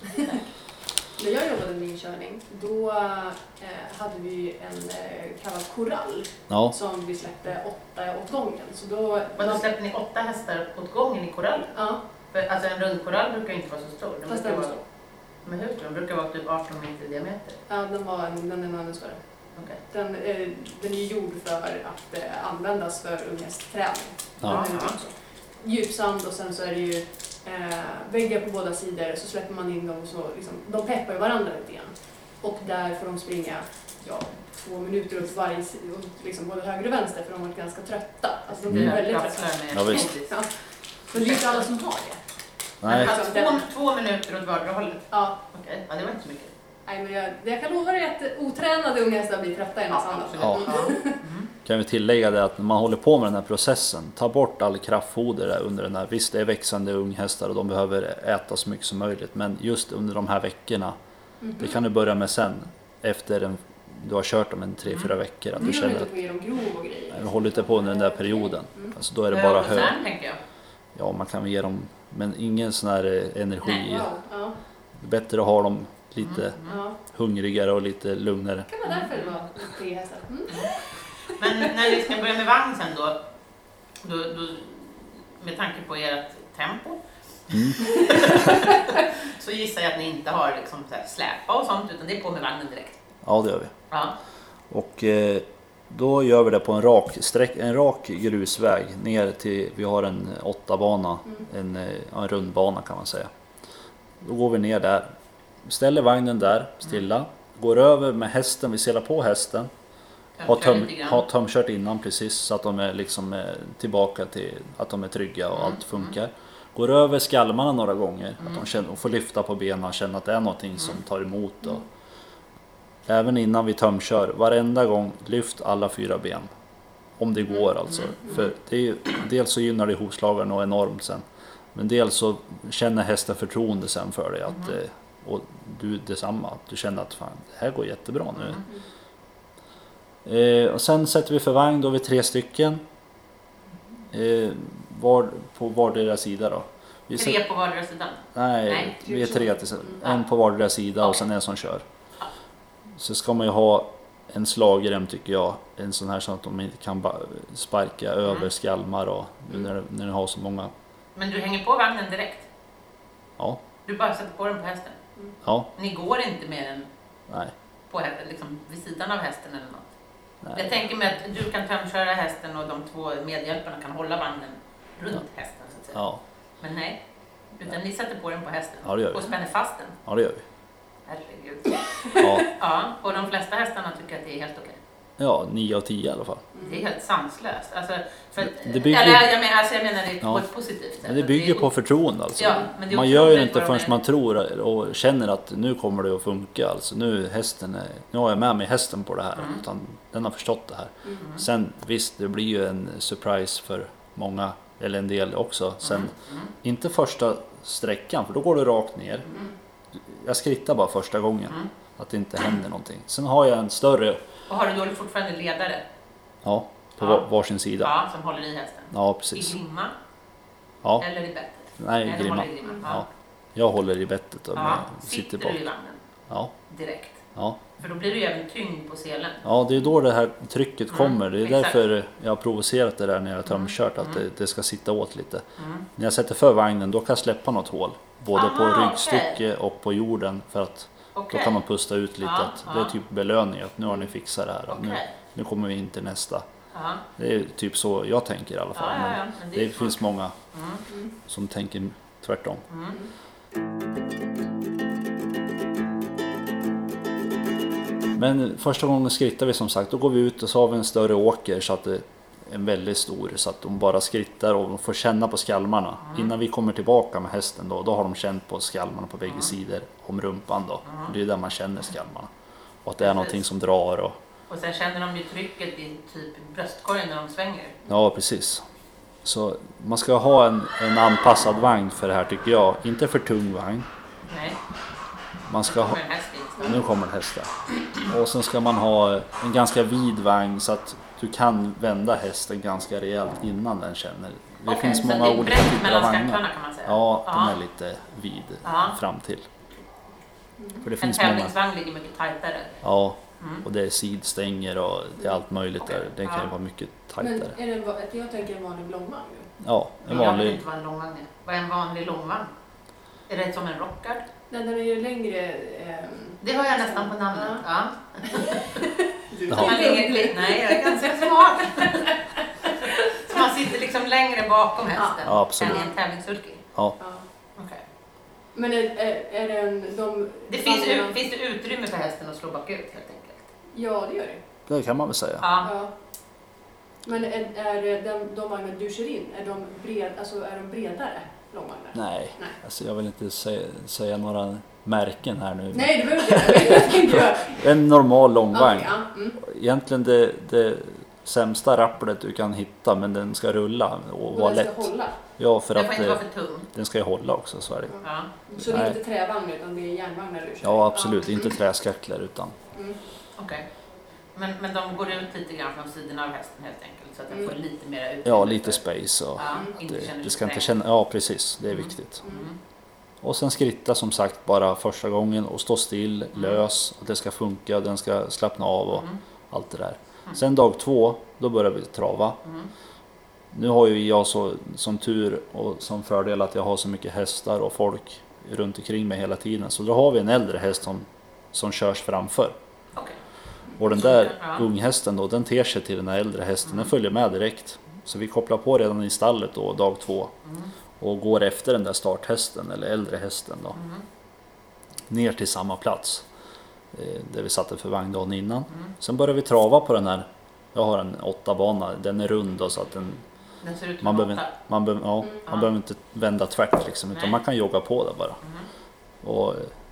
När jag jobbade med inkörning, då eh, hade vi en eh, kallad korall Ja, som vi släppte åtta åt gången. Så då, Men då släpper ni åtta hästar åt gången i korall? ja, För, alltså en rundkorall brukar ju inte vara så stor. Den fast brukar den var vara, stor. men hur stor? Den brukar vara typ arton meter i diameter. Ja, den var en, den är ännu större. Okej. Den, eh, den är ju gjord för att eh, användas för unghästträning. ja. Den är gjord så. Djupsand och sen så är det ju eh, väggar på båda sidor, så släpper man in dem så liksom, de peppar ju varandra lite grann. Och där får de springa ja, två minuter åt varje sida, liksom både höger och vänster, för de har varit ganska trötta. Alltså de blir Mm. väldigt Kapslar trötta. med Ja, visst. kompis. Ja. Men det är inte alla som har det. Nej, Alltså, två, två minuter åt vardera hållet? Ja. Okej, ja, det var inte så mycket. Nej, men jag, jag kan lova dig att otränade unghästar blir trötta i nästan. absolut. Ja. Ja. Mm. kan vi tillägga det att när man håller på med den här processen, ta bort all kraftfoder där under den här. Visst, det är växande unghästar och de behöver äta så mycket som möjligt, men just under de här veckorna, Mm. det kan du börja med sen efter en, du har kört dem en tre, fyra veckor, att Nu du är de känner inte att på att ge dem grov och grejer. jag håller lite på under den där perioden. Mm. Alltså då är det bara hög. Sen tänker jag. Ja, man kan ge dem, men ingen sån här eh, energi. Nej. Wow. Ja. Det är bättre att ha dem lite Mm. Mm. Ja. hungrigare och lite lugnare. Det kan vara därför det var tre hästar. Mm. Men när vi ska börja med vagn sen då, då, då med tanke på ert tempo Mm. Så gissar jag att ni inte har liksom så här släpa och sånt, utan det är på med vagnen direkt. Ja, det gör vi. Ja. Och eh, då gör vi det på en rak, sträck, en rak grusväg ner till, vi har en åtta bana, en, en rundbana kan man säga. Då går vi ner där, ställer vagnen där stilla, går över med hästen, vi selar på hästen. Har, töm, har tömkört innan precis så att de är liksom eh, tillbaka till att de är trygga och mm. allt funkar. Går över skalmarna några gånger, mm. att de känner, och får lyfta på benen och känna att det är någonting mm. som tar emot. Och, även innan vi tömkör, varenda gång lyft alla fyra ben. Om det går alltså. Mm. För det är ju, dels så gynnar det hovslagaren och enormt sen. Men dels så känner hästen förtroende sen för dig. Att, mm. och du detsamma, du känner att fan, det här går jättebra nu. Mm. Eh, och sen sätter vi för vagn, då är vi tre stycken. Eh, var, på vardera sida då. Vi tre sätter, på vardera sidan? Nej, nej vi är tre till, en på vardera sida okay. och sen en som kör. Så ska man ju ha en slagrem tycker jag, en sån här så att de inte kan sparka mm. över skalmar och mm. när, när du har så många. Men du hänger på vagnen direkt? Ja. Du bara sätter på den på hästen? Mm. Ja. Ni går inte med den nej. På hästen, liksom vid sidan av hästen eller något? Nej. Jag tänker mig att du kan tömköra hästen och de två medhjälparna kan hålla vagnen runt ja. hästen så att säga. Ja. Men nej, utan nej. Ni sätter på den på hästen ja, det gör vi. Och spänner fast den? Ja, det gör vi. Herregud. Ja. Ja, och de flesta hästarna tycker att det är helt okej. Ja, nio av tio i alla fall. Mm. Det är helt sanslöst. Alltså, för att, det bygger, eller, jag, menar, alltså, jag menar det ja. på ett positivt sätt. Men det bygger det är, på förtroende alltså. Ja, men det man gör ju inte förrän man tror och känner att nu kommer det att funka. Alltså, nu, hästen är, nu har jag med mig hästen på det här. Mm. Utan den har förstått det här. Mm. Sen visst, det blir ju en surprise för många, eller en del också. Sen, mm. Mm. inte första sträckan, för då går du rakt ner. Mm. Jag skrittar bara första gången. Mm. Att det inte händer någonting. Sen har jag en större... Och har du då fortfarande ledare? Ja, på ja. varsin sida. Ja, som håller i hästen. Ja, precis. I grimma? Ja. Eller i bettet? Nej, i grimma. Ja. Ja. Jag håller i bettet och ja. sitter, sitter på. du i vagnen? Ja. Direkt? Ja. För då blir det ju även tyngd på selen. Ja, det är då det här trycket mm. kommer. Det är Exakt. därför jag har provocerat det där när jag har tömkört, mm. att det, det ska sitta åt lite. Mm. När jag sätter för vagnen, då kan jag släppa något hål. Både Aha, på ryggstycke okay. och på jorden, för att okay. då kan man pusta ut lite. Ja, att ja. det är typ belöning, att nu har ni fixat det här. Okay. Nu, nu kommer vi in till nästa. Aha. Det är typ så jag tänker i alla fall. Ja, ja, ja. Men Men det, det det finns många mm. som tänker tvärtom. Mm. Men första gången skrittar vi som sagt, då går vi ut och så har vi en större åker så att det är en väldigt stor, så att de bara skrittar och de får känna på skalmarna. Mm. Innan vi kommer tillbaka med hästen då, då har de känt på skalmarna på bägge mm. sidor om rumpan då. Mm. Det är där man känner skalmarna. Och att det är precis. Någonting som drar. Och... och sen känner de ju trycket i typ bröstkorgen när de svänger. Ja, precis. Så man ska ha en, en anpassad vagn för det här tycker jag. Inte för tung vagn. Nej. Man ska ha... Nu kommer hästen. Och sen ska man ha en ganska vid vagn så att du kan vända hästen ganska rejält innan den känner. Det okay, finns många olika typer av vagnar. Kan man säga. Ja, Aha. den är lite vid Aha. fram till. För det en finns tävlingsvagn många... ligger mycket tajtare. Ja, mm. och det är sidstänger och det är allt möjligt okay. där. Den kan ju ja. vara mycket tajtare. Men är det en, jag tänker en vanlig långvagn. Ja, en vanlig... Jag vanlig... vet inte vad en långvagn är. Vad är en vanlig långvagn? Är det som en rockard? Nej, den är ju längre... Eh, det har jag nästan på namnet. Ja. Du, ja. Man ligger, nej, jag är ganska smart. Så man sitter liksom längre bakom hästen ja, absolut. än i en tävlingssulky. Ja. Ja. Okay. Men är, är, är det en... De, det finns, ut, finns det utrymme för hästen att slå bakut helt enkelt? Ja, det gör det. Det kan man väl säga. Ja. Ja. Men är, är de, de vagnar du kör in, är de, bred, alltså är de bredare långvagnar? Nej, Nej. Alltså jag vill inte säga, säga några märken här nu. Nej, det behöver inte. En normal långvagn. Okay, ja. mm. Egentligen det, det sämsta rapplet du kan hitta, men den ska rulla och, och vara lätt. Hålla. Ja, för den att får inte vara för tung. Den ska ju hålla också, så är det. Ja. Så det är inte trävagn utan det är järnvagnar du kör? Ja, absolut. Ja. Inte träskacklar utan. Mm. Okej. Okay. Men, men de går ut lite grann från sidorna av hästen helt enkelt så att den mm. får lite mer utrymme. Ja, lite space och ja, det, det, det ska inte känna. Ja, precis. Det är mm. viktigt. Mm. Och sen skritta som sagt bara första gången och stå still, mm. lös, att det ska funka och den ska slappna av och mm. allt det där. Mm. Sen dag två, då börjar vi trava. Mm. nu har ju jag så, som tur och som fördel att jag har så mycket hästar och folk runt omkring mig hela tiden. Så då har vi en äldre häst som, som körs framför. Okay. Och den där ja. unghästen då, den ter sig till den här äldre hästen. Mm. Den följer med direkt. Så vi kopplar på redan i stallet då, dag två. Mm. Och går efter den där starthästen eller äldre hästen då. Mm. Ner till samma plats. Eh, där vi satte för vagn dagen innan. Mm. Sen börjar vi trava på den här. Jag har en åtta bana, den är rund då, så att den, den ser ut som man, behöver, man, behöver, ja, mm. man behöver inte vända tvärt liksom, utan man kan jogga på det bara. Mm. Och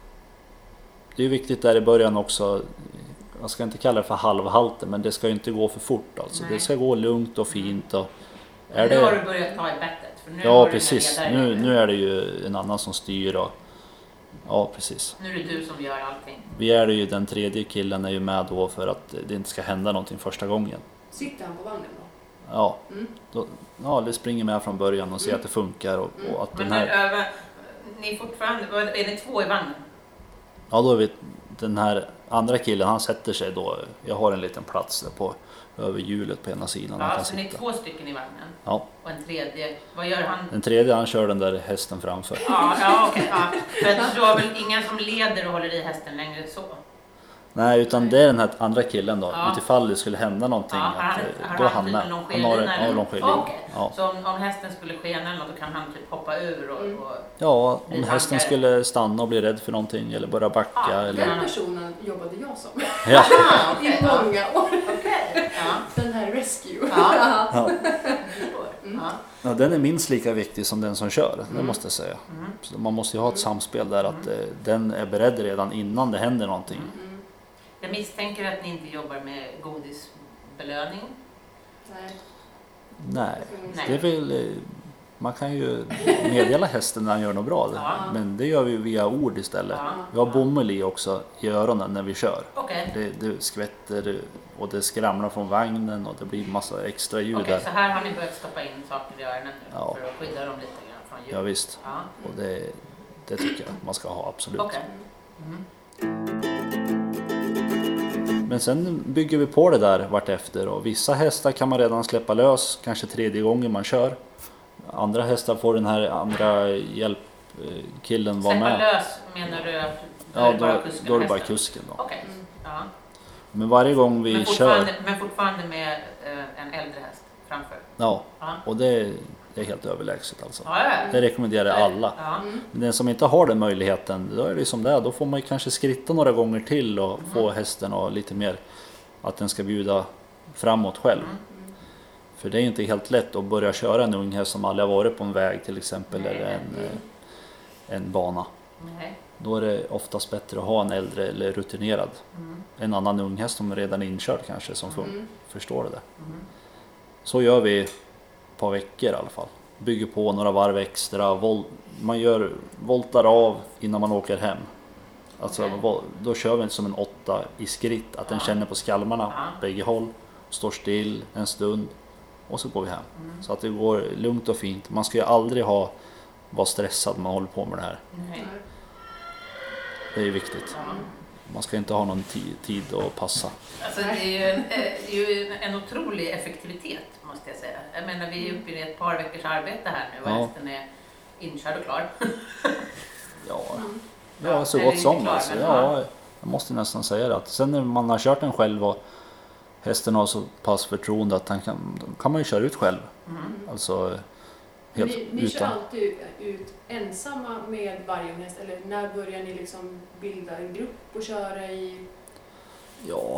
det är viktigt där i början också, jag ska inte kalla det för halvhalter, men det ska ju inte gå för fort alltså. Det ska gå lugnt och fint. Och är nu det... har du börjat ta i bettet. För nu ja precis, nu, nu är det ju en annan som styr. Och... Ja, precis. Nu är det du som gör allting. Vi är det ju, den tredje killen är ju med då för att det inte ska hända någonting första gången. Sitter han på vagnen då? Ja, mm. då, ja det springer med från början och ser mm. att det funkar. Och, och att Men den här... över, ni är fortfarande, är ni två i vagnen? Ja, då är vi, den här andra killen, han sätter sig då, jag har en liten plats där på över hjulet på ena sidan. Ja, så ni är två stycken i vagnen? Ja. Och en tredje, vad gör han? Den tredje, han kör den där hästen framför. Ja, ja okej. Ja. För du har väl ingen som leder och håller i hästen längre så? Nej, utan det är den här andra killen då. Ja. Utifall det skulle hända någonting. Ja, han, att, då han, han, han har en långskilling. Okay. Ja. Så om, om hästen skulle skena eller något, då kan han typ hoppa ur och... Mm. och ja, om hästen skulle stanna och bli rädd för någonting eller börja backa. Ja, eller... Den personen jobbade jag som. Ja. Ah, okay. I många år. Okay. Ja. Den här rescue. Ja. Ja. Mm. Ja, den är minst lika viktig som den som kör, mm. det måste jag säga. Mm. Så man måste ju ha ett samspel där att mm. den är beredd redan innan det händer någonting. Mm. Jag misstänker att ni inte jobbar med godisbelöning. Nej. Nej, Nej. Det är väl, man kan ju meddela hästen när han gör något bra, ja. men det gör vi via ord istället. Ja. Vi har bomull i också i öronen när vi kör. Okay. Det, det skvätter och det skramlar från vagnen och det blir massa extra ljud okay, där. Så här har ni börjat stoppa in saker i öronen nu ja. för att skydda dem lite grann från ljud? Ja visst, ja. och det, det tycker jag man ska ha absolut. Okay. Mm. Men sen bygger vi på det där vart efter och vissa hästar kan man redan släppa lös kanske tredje gången man kör. Andra hästar får den här andra hjälpkillen vara med. Släppa lös menar du att då ja, är det bara då, kusken? Då är det bara kusken då. Okay. Mm. Ja. Men varje gång vi men kör... Men fortfarande med eh, en äldre häst framför? Ja, ja. och det, det är helt överlägset alltså. Ja, ja. Det rekommenderar jag alla. Ja. Men den som inte har den möjligheten, då är det som det är. Då får man kanske skritta några gånger till och mm. få hästen och lite mer att den ska bjuda framåt själv. Mm. För det är inte helt lätt att börja köra en ung häst som aldrig har varit på en väg till exempel. Nej. Eller en, mm. en bana. Nej. Då är det oftast bättre att ha en äldre eller rutinerad. Mm. En annan ung häst som redan är inkörd kanske som mm. förstår det. Mm. Så gör vi ett par veckor i alla fall. Bygger på några varv extra. Vol- man gör voltar av innan man åker hem. Alltså okay. Då kör vi som en åtta i skritt. Att den ja. känner på skalmarna ja. bägge håll. Står still en stund. Och så går vi hem. Mm. Så att det går lugnt och fint. Man ska ju aldrig ha vara stressad när man håller på med det här. Nej. Det är viktigt. Ja. Man ska inte ha någon tid, tid att passa. Alltså det är ju en, det är ju en otrolig effektivitet måste jag säga. Jag menar vi är uppe i ett par veckors arbete här nu och ja. hästen är inkörd och klar. ja, ja, så gott som. Alltså. Ja, jag måste nästan säga det. Att sen när man har kört den själv och hästen har så pass förtroende att han kan, kan man ju köra ut själv. Mm. Alltså, helt ni ni utan. kör alltid ut ensamma med varje häst eller när börjar ni liksom bilda en grupp och köra i? Ja,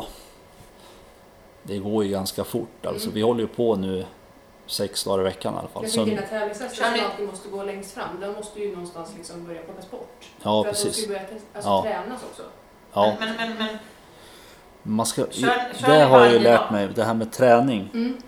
det går ju ganska fort. Alltså, mm. Vi håller ju på nu sex dagar i veckan i alla fall. Jag tycker dina tävlingshästar som alltid måste gå längst fram, de måste ju någonstans liksom börja plockas bort. Ja, för precis. För att de ska börja alltså, ja. tränas också. Ja. Men, men, men, men... Man ska, kör, kör det har jag ju lärt dag. mig, det här med träning. Mm.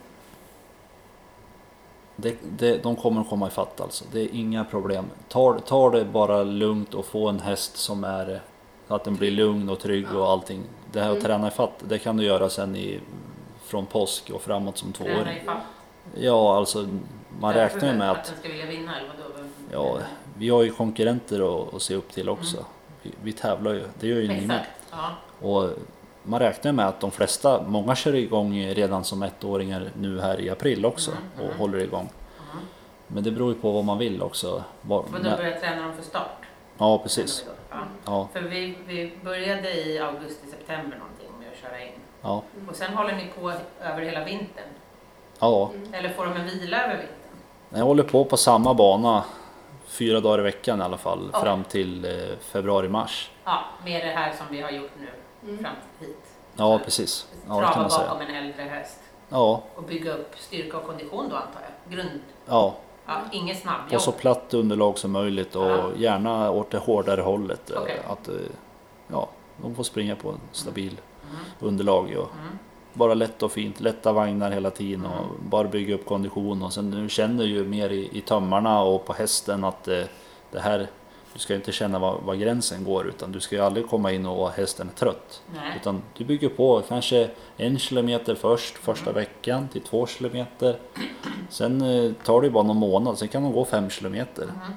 Det, det, de kommer att komma i fatt alltså. Det är inga problem. Ta, ta det bara lugnt och få en häst som är att den blir lugn och trygg och allting. Det här att mm. träna i fatt, det kan du göra sen i, från påsk och framåt som tvååring. Ja, alltså man ja, räknar ju med att, att den ska vilja vinna eller vadå? Ja, vi har ju konkurrenter att, att se upp till också. Mm. Vi, vi tävlar ju, det gör ju ni med. Ja. Och man räknar med att de flesta, många kör igång redan som ettåringar nu här i april också Mm, och mm. håller igång. Mm. Men det beror ju på vad man vill också. Var, Och då när, börjar träna dem för start. ja, precis. Ja. Ja, För vi, vi började i augusti-september någonting med att köra in. ja, Och sen håller ni på över hela vintern. ja. Mm. Eller får de en vila över vintern? Jag håller på på samma bana fyra dagar i veckan i alla fall Ja. fram till eh, februari-mars. Ja, med det här som vi har gjort nu Mm. fram hit. Ja, precis. Ja, det kan Trava man säga. bakom en äldre häst Ja, och bygga upp styrka och kondition då antar jag. Grund, ja. ja, inget På snabbjobb. så platt underlag som möjligt och Ja. gärna åt det hårdare hållet. eh, Okej. Att, eh, ja, de får springa på en stabil Mm. underlag. Och Mm. bara lätt och fint, lätta vagnar hela tiden och Mm. bara bygga upp kondition. Och sen du känner ju mer i, i tömmarna och på hästen att eh, det här, du ska inte känna var, var gränsen går, utan du ska ju aldrig komma in och hästen är trött. Nej. Utan du bygger på kanske en kilometer först, första veckan till två kilometer. Sen eh, tar det ju bara någon månad, sen kan de gå fem kilometer. Mm.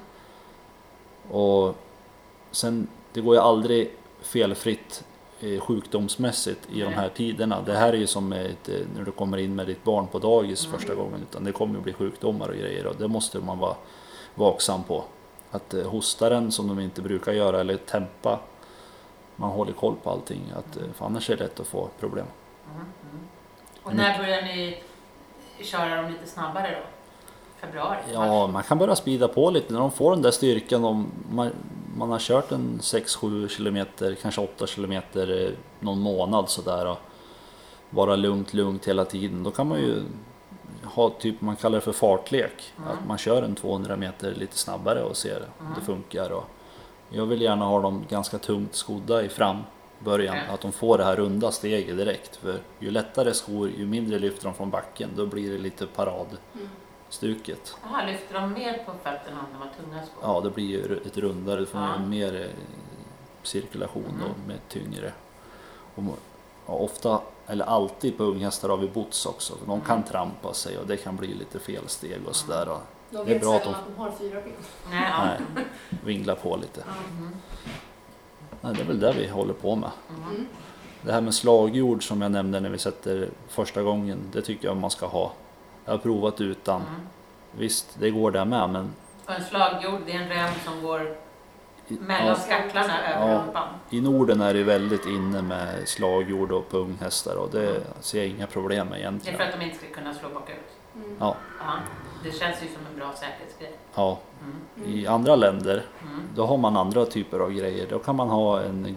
Och sen, det går ju aldrig felfritt eh, sjukdomsmässigt i de Nej. här tiderna. Det här är ju som ett, eh, när du kommer in med ditt barn på dagis Mm. första gången, utan det kommer ju bli sjukdomar och grejer och det måste man vara vaksam på. Att eh, hostaren som de inte brukar göra eller tempa, man håller koll på allting, att, eh, för annars är det lätt att få problem. Mm. Mm. Och när börjar ni köra dem lite snabbare då? Februari? Ja, man kan börja speeda på lite när de får den där styrkan. Om man, man har kört en sex sju kilometer, kanske åtta kilometer eh, någon månad sådär och vara lugnt, lugnt hela tiden. Då kan man ju ha typ, man kallar det för fartlek. Mm. Att man kör en tvåhundra meter lite snabbare och ser om Mm. det funkar. Och jag vill gärna ha dem ganska tungt skodda i fram början, Okej. att de får det här runda steget direkt. För ju lättare skor, ju mindre lyfter de från backen, då blir det lite parad. Mm. Stuket. Jaha, lyfter de mer på fötterna när de har tunga skor? Ja, det blir ju ett rundare, du får Ja. mer eh, cirkulation Mm. då, med tyngre. Och mo- ja, ofta, eller alltid på unghästar har vi bots också, för de kan Mm. trampa sig och det kan bli lite felsteg och sådär. Och De Det är vet bra att sällan de- att de har fyra ben. Nej, ja. nej, vingla på lite. Ja. Mm. Nej, det är väl det vi håller på med. Mm. Mm. Det här med slagjord som jag nämnde när vi sätter första gången, det tycker jag man ska ha. Jag har provat utan. Mm. Visst, det går där med, men Och en slagjord, det är en rem som går i, mellan ja, skacklarna över Ja. rumpan. i Norden är det väldigt inne med slagjord och på unghästar och det ser jag inga problem med Det är egentligen. för att de inte ska kunna slå bakut. Mm. Ja, Ja. Det känns ju som en bra säkerhetsgrej. ja. Mm. I andra länder, Mm. då har man andra typer av grejer. Då kan man ha en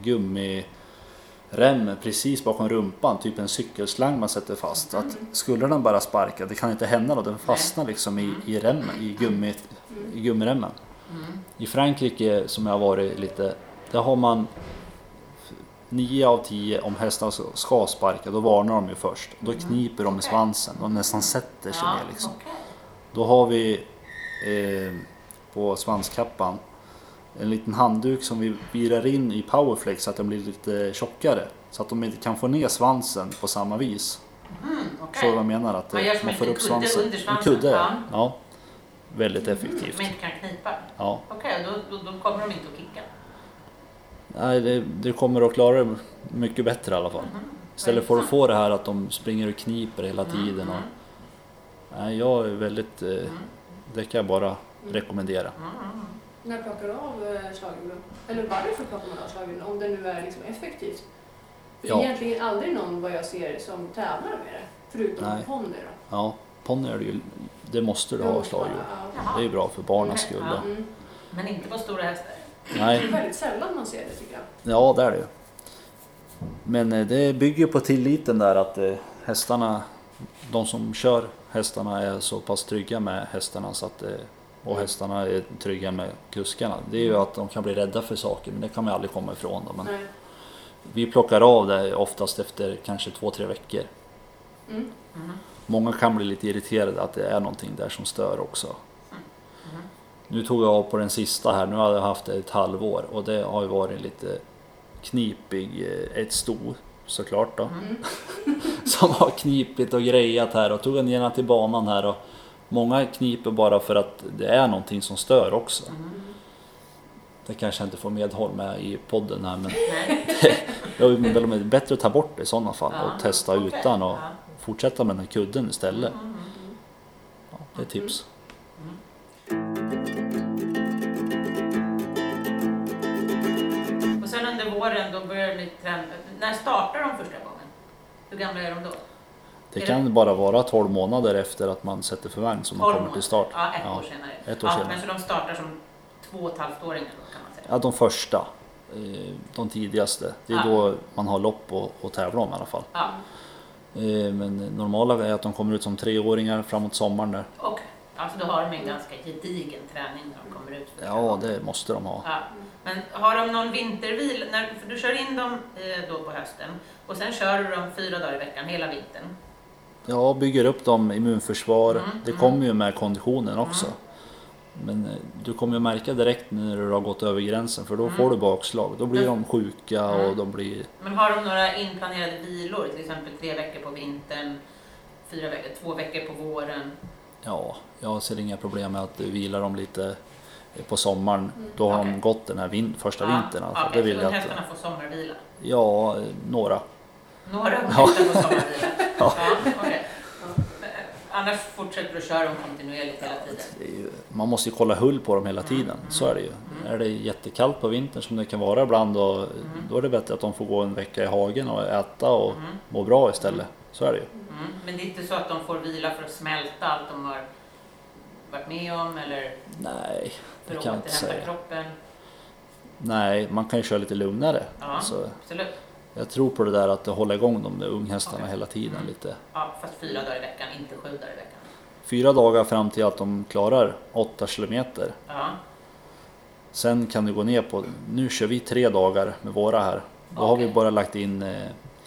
gummirem precis bakom rumpan, typ en cykelslang man sätter fast. Så att skulle den bara sparka, det kan inte hända då, den fastnar liksom i, i remmen, i, gummi, i gummiremmen. Mm. I Frankrike, som jag har varit lite, där har man nio av tio, om hästarna ska sparka, då varnar de ju först. Då kniper de med svansen, de nästan sätter sig Ja, ner liksom. okej. Då har vi eh, på svanskappan en liten handduk som vi virar in i Powerflex så att den blir lite tjockare. Så att de inte kan få ner svansen på samma vis. Mm, Så okej. vad jag menar, att Man eh, gör som man en får upp liten kudde svansen. under En svansen, kudde, ja. ja. ja. Väldigt effektivt. De inte kan knipa. Ja. Okej, då, då, då kommer de inte att kicka. Nej, det, det kommer att klara det mycket bättre i alla fall. Mhm. Istället för att Intressant. få det här att de springer och kniper hela tiden. Och, Mm, nej, jag är väldigt, eh, mm, det kan jag bara rekommendera. mm, mm. När plockar du av eh, slagjorden? Eller varför plockar man av slagjorden? Om det nu är liksom effektivt. För Ja. det är egentligen aldrig någon vad jag ser som tävlar med det. Förutom Nej. ponnyer då. Ja, ponny är det ju, det måste du ha slaggjord. Ja. Jaha. Det är ju bra för barnens skull. Ja. då. Mm. Men inte på stora hästar. Det Nej, är väldigt sällan man ser det tycker jag. ja det är det ju. Men eh, det bygger på tilliten där att eh, hästarna, de som kör hästarna är så pass trygga med hästarna så att, eh, och hästarna är trygga med kuskarna. Det är ju att de kan bli rädda för saker, men det kan man aldrig komma ifrån. Då. Men Nej. vi plockar av det oftast efter kanske två, tre veckor. Mm. Mm. Många kan bli lite irriterade att det är någonting där som stör också. Mm. Nu tog jag av på den sista här, nu har jag haft det ett halvår och det har ju varit lite knipig, eh, ett sto såklart då. Mm. Som har knipit och grejat här och tog den gärna till banan här och många kniper bara för att det är någonting som stör också. Mm. det kanske jag inte får medhåll med i podden här, men Nej. det är väl bättre att ta bort det i sådana fall Ja, och testa okej. utan och Ja. fortsätta med den här kudden istället. Mm, mm, Ja, det är tips. mm. Och sen under våren då börjar ni träna. När startar de första gången? Hur gamla är de då? Det Är kan bara vara tolv månader efter att man sätter för vagn som man kommer till start. Ja, ett Ja, år senare. ett år ja, senare. Men så de startar som två och ett halvt åringar då kan man säga. Ja, de första, eh, de tidigaste. Det är Ja. då man har lopp och, och tävla om i alla fall. Ja, Eh, Men normala är att de kommer ut som treåringar framåt sommaren där. okej. Alltså då har de en ganska gedigen träning när de kommer ut. första Ja, gången. det måste de ha. Ja. Men har de någon vintervil? När, för du kör in dem eh, då på hösten och sen kör du dem fyra dagar i veckan hela vintern. Ja, bygger upp dem immunförsvar. Mm, Det mm. kommer ju med konditionen också. Mm. Men eh, du kommer ju märka direkt när du har gått över gränsen, för då Mm. får du bakslag. Då blir Mm. de sjuka Mm. och de blir... Men har de några inplanerade vilor? Till exempel tre veckor på vintern, fyra veckor, två veckor på våren. Ja, jag ser inga problem med att vila dem lite på sommaren. Då har Okej. de gått den här vin- första vintern. Alltså. Okej, Det vill så jag hästarna att... får sommarvila? Ja, några. Några Ja. hästar får sommarvila? Ja. Ja, okej. Men, eh, Annars fortsätter du att köra dem kontinuerligt hela tiden? Det är ju, man måste ju kolla hull på dem hela Mm, tiden, mm, så är det ju. mm. Är det jättekallt på vintern som det kan vara ibland, och Mm. då är det bättre att de får gå en vecka i hagen och äta och Mm. må bra istället. Så är det ju. Mm. Men det är inte så att de får vila för att smälta allt de har varit med om eller Nej, för det att kan jag inte återhämta säga. kroppen? Nej, man kan ju köra lite lugnare. Ja, Så absolut. jag tror på det där att hålla igång de där unghästarna Okej. hela tiden Mm. lite. Ja, fast fyra dagar i veckan, inte sju dagar i veckan. Fyra dagar fram till att de klarar åtta kilometer. Ja, Sen kan du gå ner på, nu kör vi tre dagar med våra här. Då har vi Okej. bara lagt in eh,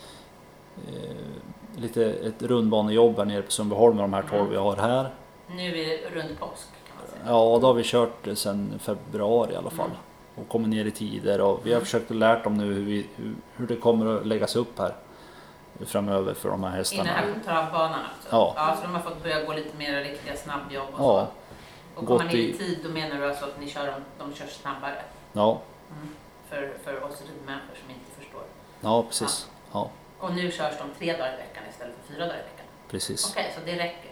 eh, lite ett rundbanejobb här nere på Sundbyholm med de här tolv Mm. vi har här. nu är vi runt påsk kan man säga. Ja, då har vi kört sedan februari i alla fall. Mm. Och kommit ner i tider, och vi har Mm. försökt att lärt dem nu hur, vi, hur, hur det kommer att läggas upp här framöver för de här hästarna. Inne här på travbanan alltså? Ja. Ja, så de har fått börja gå lite mer riktiga snabbjobb och Ja. så. Och Gått komma ner i i- tid, då menar du alltså att ni kör dem, de kör snabbare? Ja, Mm. För, för oss ridmänniskor som inte förstår. ja precis. Ja, Och nu körs de tre dagar i veckan istället för fyra dagar i veckan? precis. Okej, så det räcker?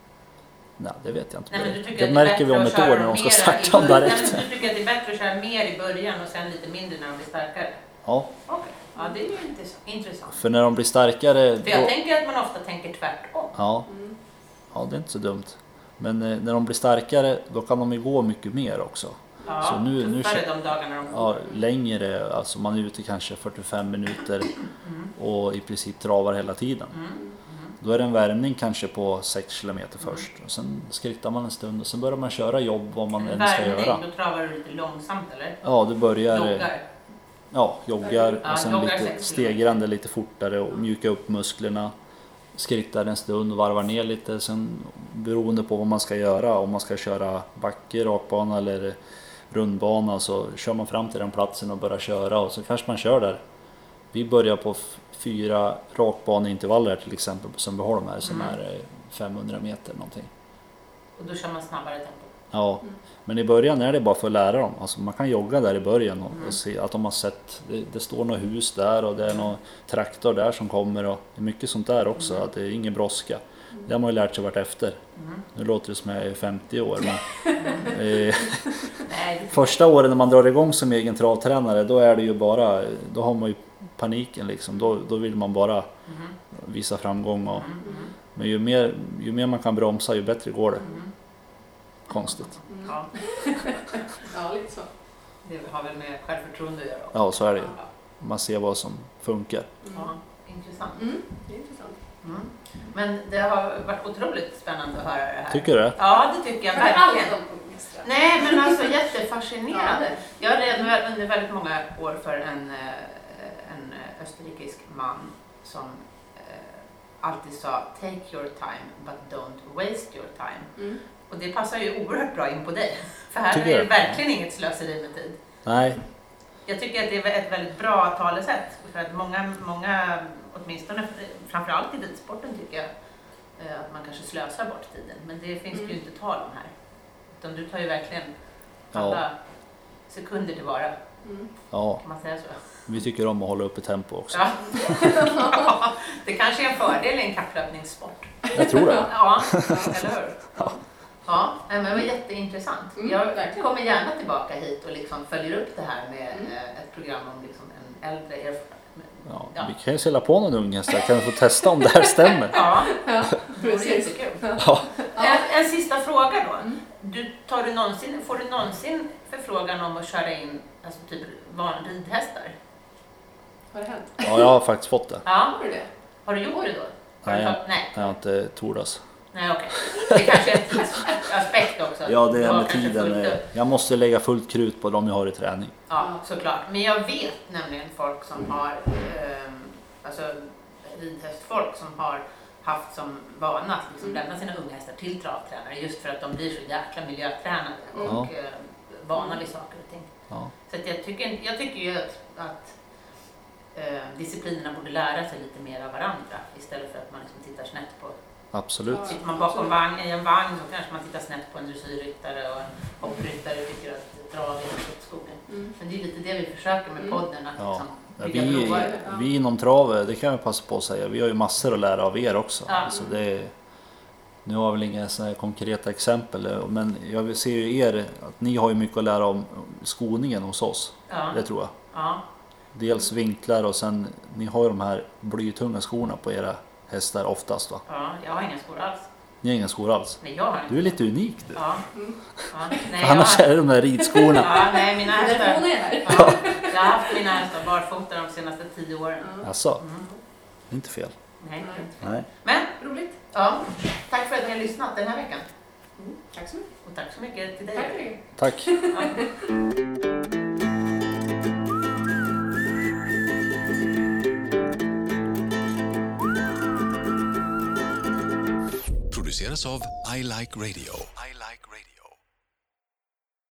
Nej, det vet jag inte. Nej, men du tycker det att märker vi är om bättre ett att år köra när de ska mera i starta dem början? därefter. Nej, men du tycker att det är bättre att köra mer i början och sen lite mindre när de blir starkare? Ja, Okej, ja det är ju intress- intressant. för när de blir starkare... För jag då- tänker att man ofta tänker tvärtom. Ja, Mm. ja, det är inte så dumt. Men eh, när de blir starkare, då kan de ju gå mycket mer också. Ja, Så nu- nu tuffare kör- de dagarna de Ja, går. längre, alltså man är ute kanske fyrtiofem minuter Mm. och i princip travar hela tiden. Mm. Mm. Då är det en värmning kanske på sex kilometer först. Och sen skrittar man en stund och sen börjar man köra jobb vad man än ska Värmning, göra. då travar du lite långsamt eller? Ja, du börjar... eh, Joggar? Ja, joggar Ja, och sen joggar lite sex stegrande lite fortare och mjuka upp musklerna. Skrittar en stund och varvar ner lite. Sen beroende på vad man ska göra, om man ska köra backe, rakbana eller rundbana, så kör man fram till den platsen och börjar köra, och så kanske man kör där. Vi börjar på f- fyra rakbaneintervaller till exempel på Sundbyholm här som Mm. är eh, femhundra meter någonting. Och då kör man snabbare tempo? Ja, Mm. men i början är det bara för att lära dem. Alltså man kan jogga där i början och, Mm. och se att de har sett, det, det står något hus där och det är någon traktor där som kommer, och det är mycket sånt där också, Mm. att det är ingen brådska. Det har man ju lärt sig vart efter. Mm. Nu låter det som jag är femtio år, men eh, Nej, det- första året när man drar igång som egen travtränare, då är det ju bara, då har man ju paniken liksom. Då, då vill man bara Mhm. visa framgång, och, Mm. Mm. men ju mer, ju mer man kan bromsa, ju bättre går det. Mm. Konstigt. Mm. Ja, Ja, lite så. det har väl med självförtroende att göra också. Ja, så är det ju. Ja. Man ser vad som funkar. Mm. Ja, intressant. Mm. Det är intressant. Mm. Men det har varit otroligt spännande att höra det här. Tycker du det? Ja, det tycker jag Kan allt verkligen. om unghästar. Nej, men alltså jättefascinerande. Ja. Jag har redan under väldigt många år för en, eh, en österrikisk man som eh, alltid sa take your time but don't waste your time. Mm. Och det passar ju oerhört bra in på dig. För här Tycker är det du? verkligen inget slöseri med tid. Nej, Jag tycker att det är ett väldigt bra talesätt. För att många, många åtminstone framförallt i ridsporten tycker jag eh, att man kanske slösar bort tiden. Men det finns det ju Mm. inte tal om här. Utan du tar ju verkligen Ja. alla sekunder till vara. Mm. Ja, Kan man säga så? vi tycker om att hålla uppe tempo också. Ja. Det kanske är en fördel i en kapplöpningssport. Jag tror det. Ja, eller hur? Ja. Ja, men det var jätteintressant. Mm, Jag verkligen. kommer gärna tillbaka hit och liksom följer upp det här med Mm. eh, ett program om liksom en äldre erfarenhet. Ja, Ja. vi kan ju sälja på någon unghäst där. Kan vi få testa om det här stämmer? Ja, Ja, det vore precis. jättekul. Ja. En, en sista fråga då. Mm. Du, tar du någonsin, får du någonsin förfrågan om att köra in alltså typ van ridhästar? Har det hänt? Ja, jag har faktiskt fått det. Ja, Har du det? har du gjort det då? Har Nej, du jag, fått- nej. jag har inte tordas. Nej, okej. Det kanske är en tidsaspekt också. Ja, det Du är har med kanske tiden. fullt eh, upp. Jag måste lägga fullt krut på dem jag har i träning. Ja, såklart. Men jag vet nämligen folk som har, eh, alltså ridhästfolk som har haft som vana att liksom Mm. lämna sina unghästar till travtränare just för att de blir så jäkla miljötränade Mm. och eh, vana vid saker och ting. Ja. Så att jag, tycker, jag tycker ju att, att eh, disciplinerna borde lära sig lite mer av varandra istället för att man liksom tittar snett på. Absolut. Ja. Sitter man bakom vagn, i en vagn så kanske man tittar snett på en dressyrryttare och en hoppryttare tycker att trav är en skogen. Mm. Men det är lite det vi försöker med Mm. podden, att Ja. liksom Ja, bygga vi, broar. Ja. vi inom travet, det kan vi passa på att säga, vi har ju massor att lära av er också. Ja. Alltså det är, nu har jag väl inga såna här konkreta exempel, men jag ser ju er, att ni har ju mycket att lära om skoningen hos oss. Ja. Det tror jag. Ja. Dels vinklar och sen, ni har ju de här blytunga skorna på era hästar oftast va? Ja, jag har inga skor alls. Ni har inga skor alls. Nej, jag har inte. Du är lite unik du. Ja. Mm. Ja. Nej, För annars jag är det de där ridskorna. Ja, nej, mina Därför hon hästar. är här. Ja, jag har haft mina hästar barfota de senaste tio åren. Ja. Alltså, Mm. inte fel. Nej, Nej. inte fel. Nej. Men, Roligt. ja, tack för att ni har lyssnat den här veckan. Mm. Tack så mycket. Och tack så mycket till dig. Tack för det. Tack. Ja. Produceras av I Like Radio.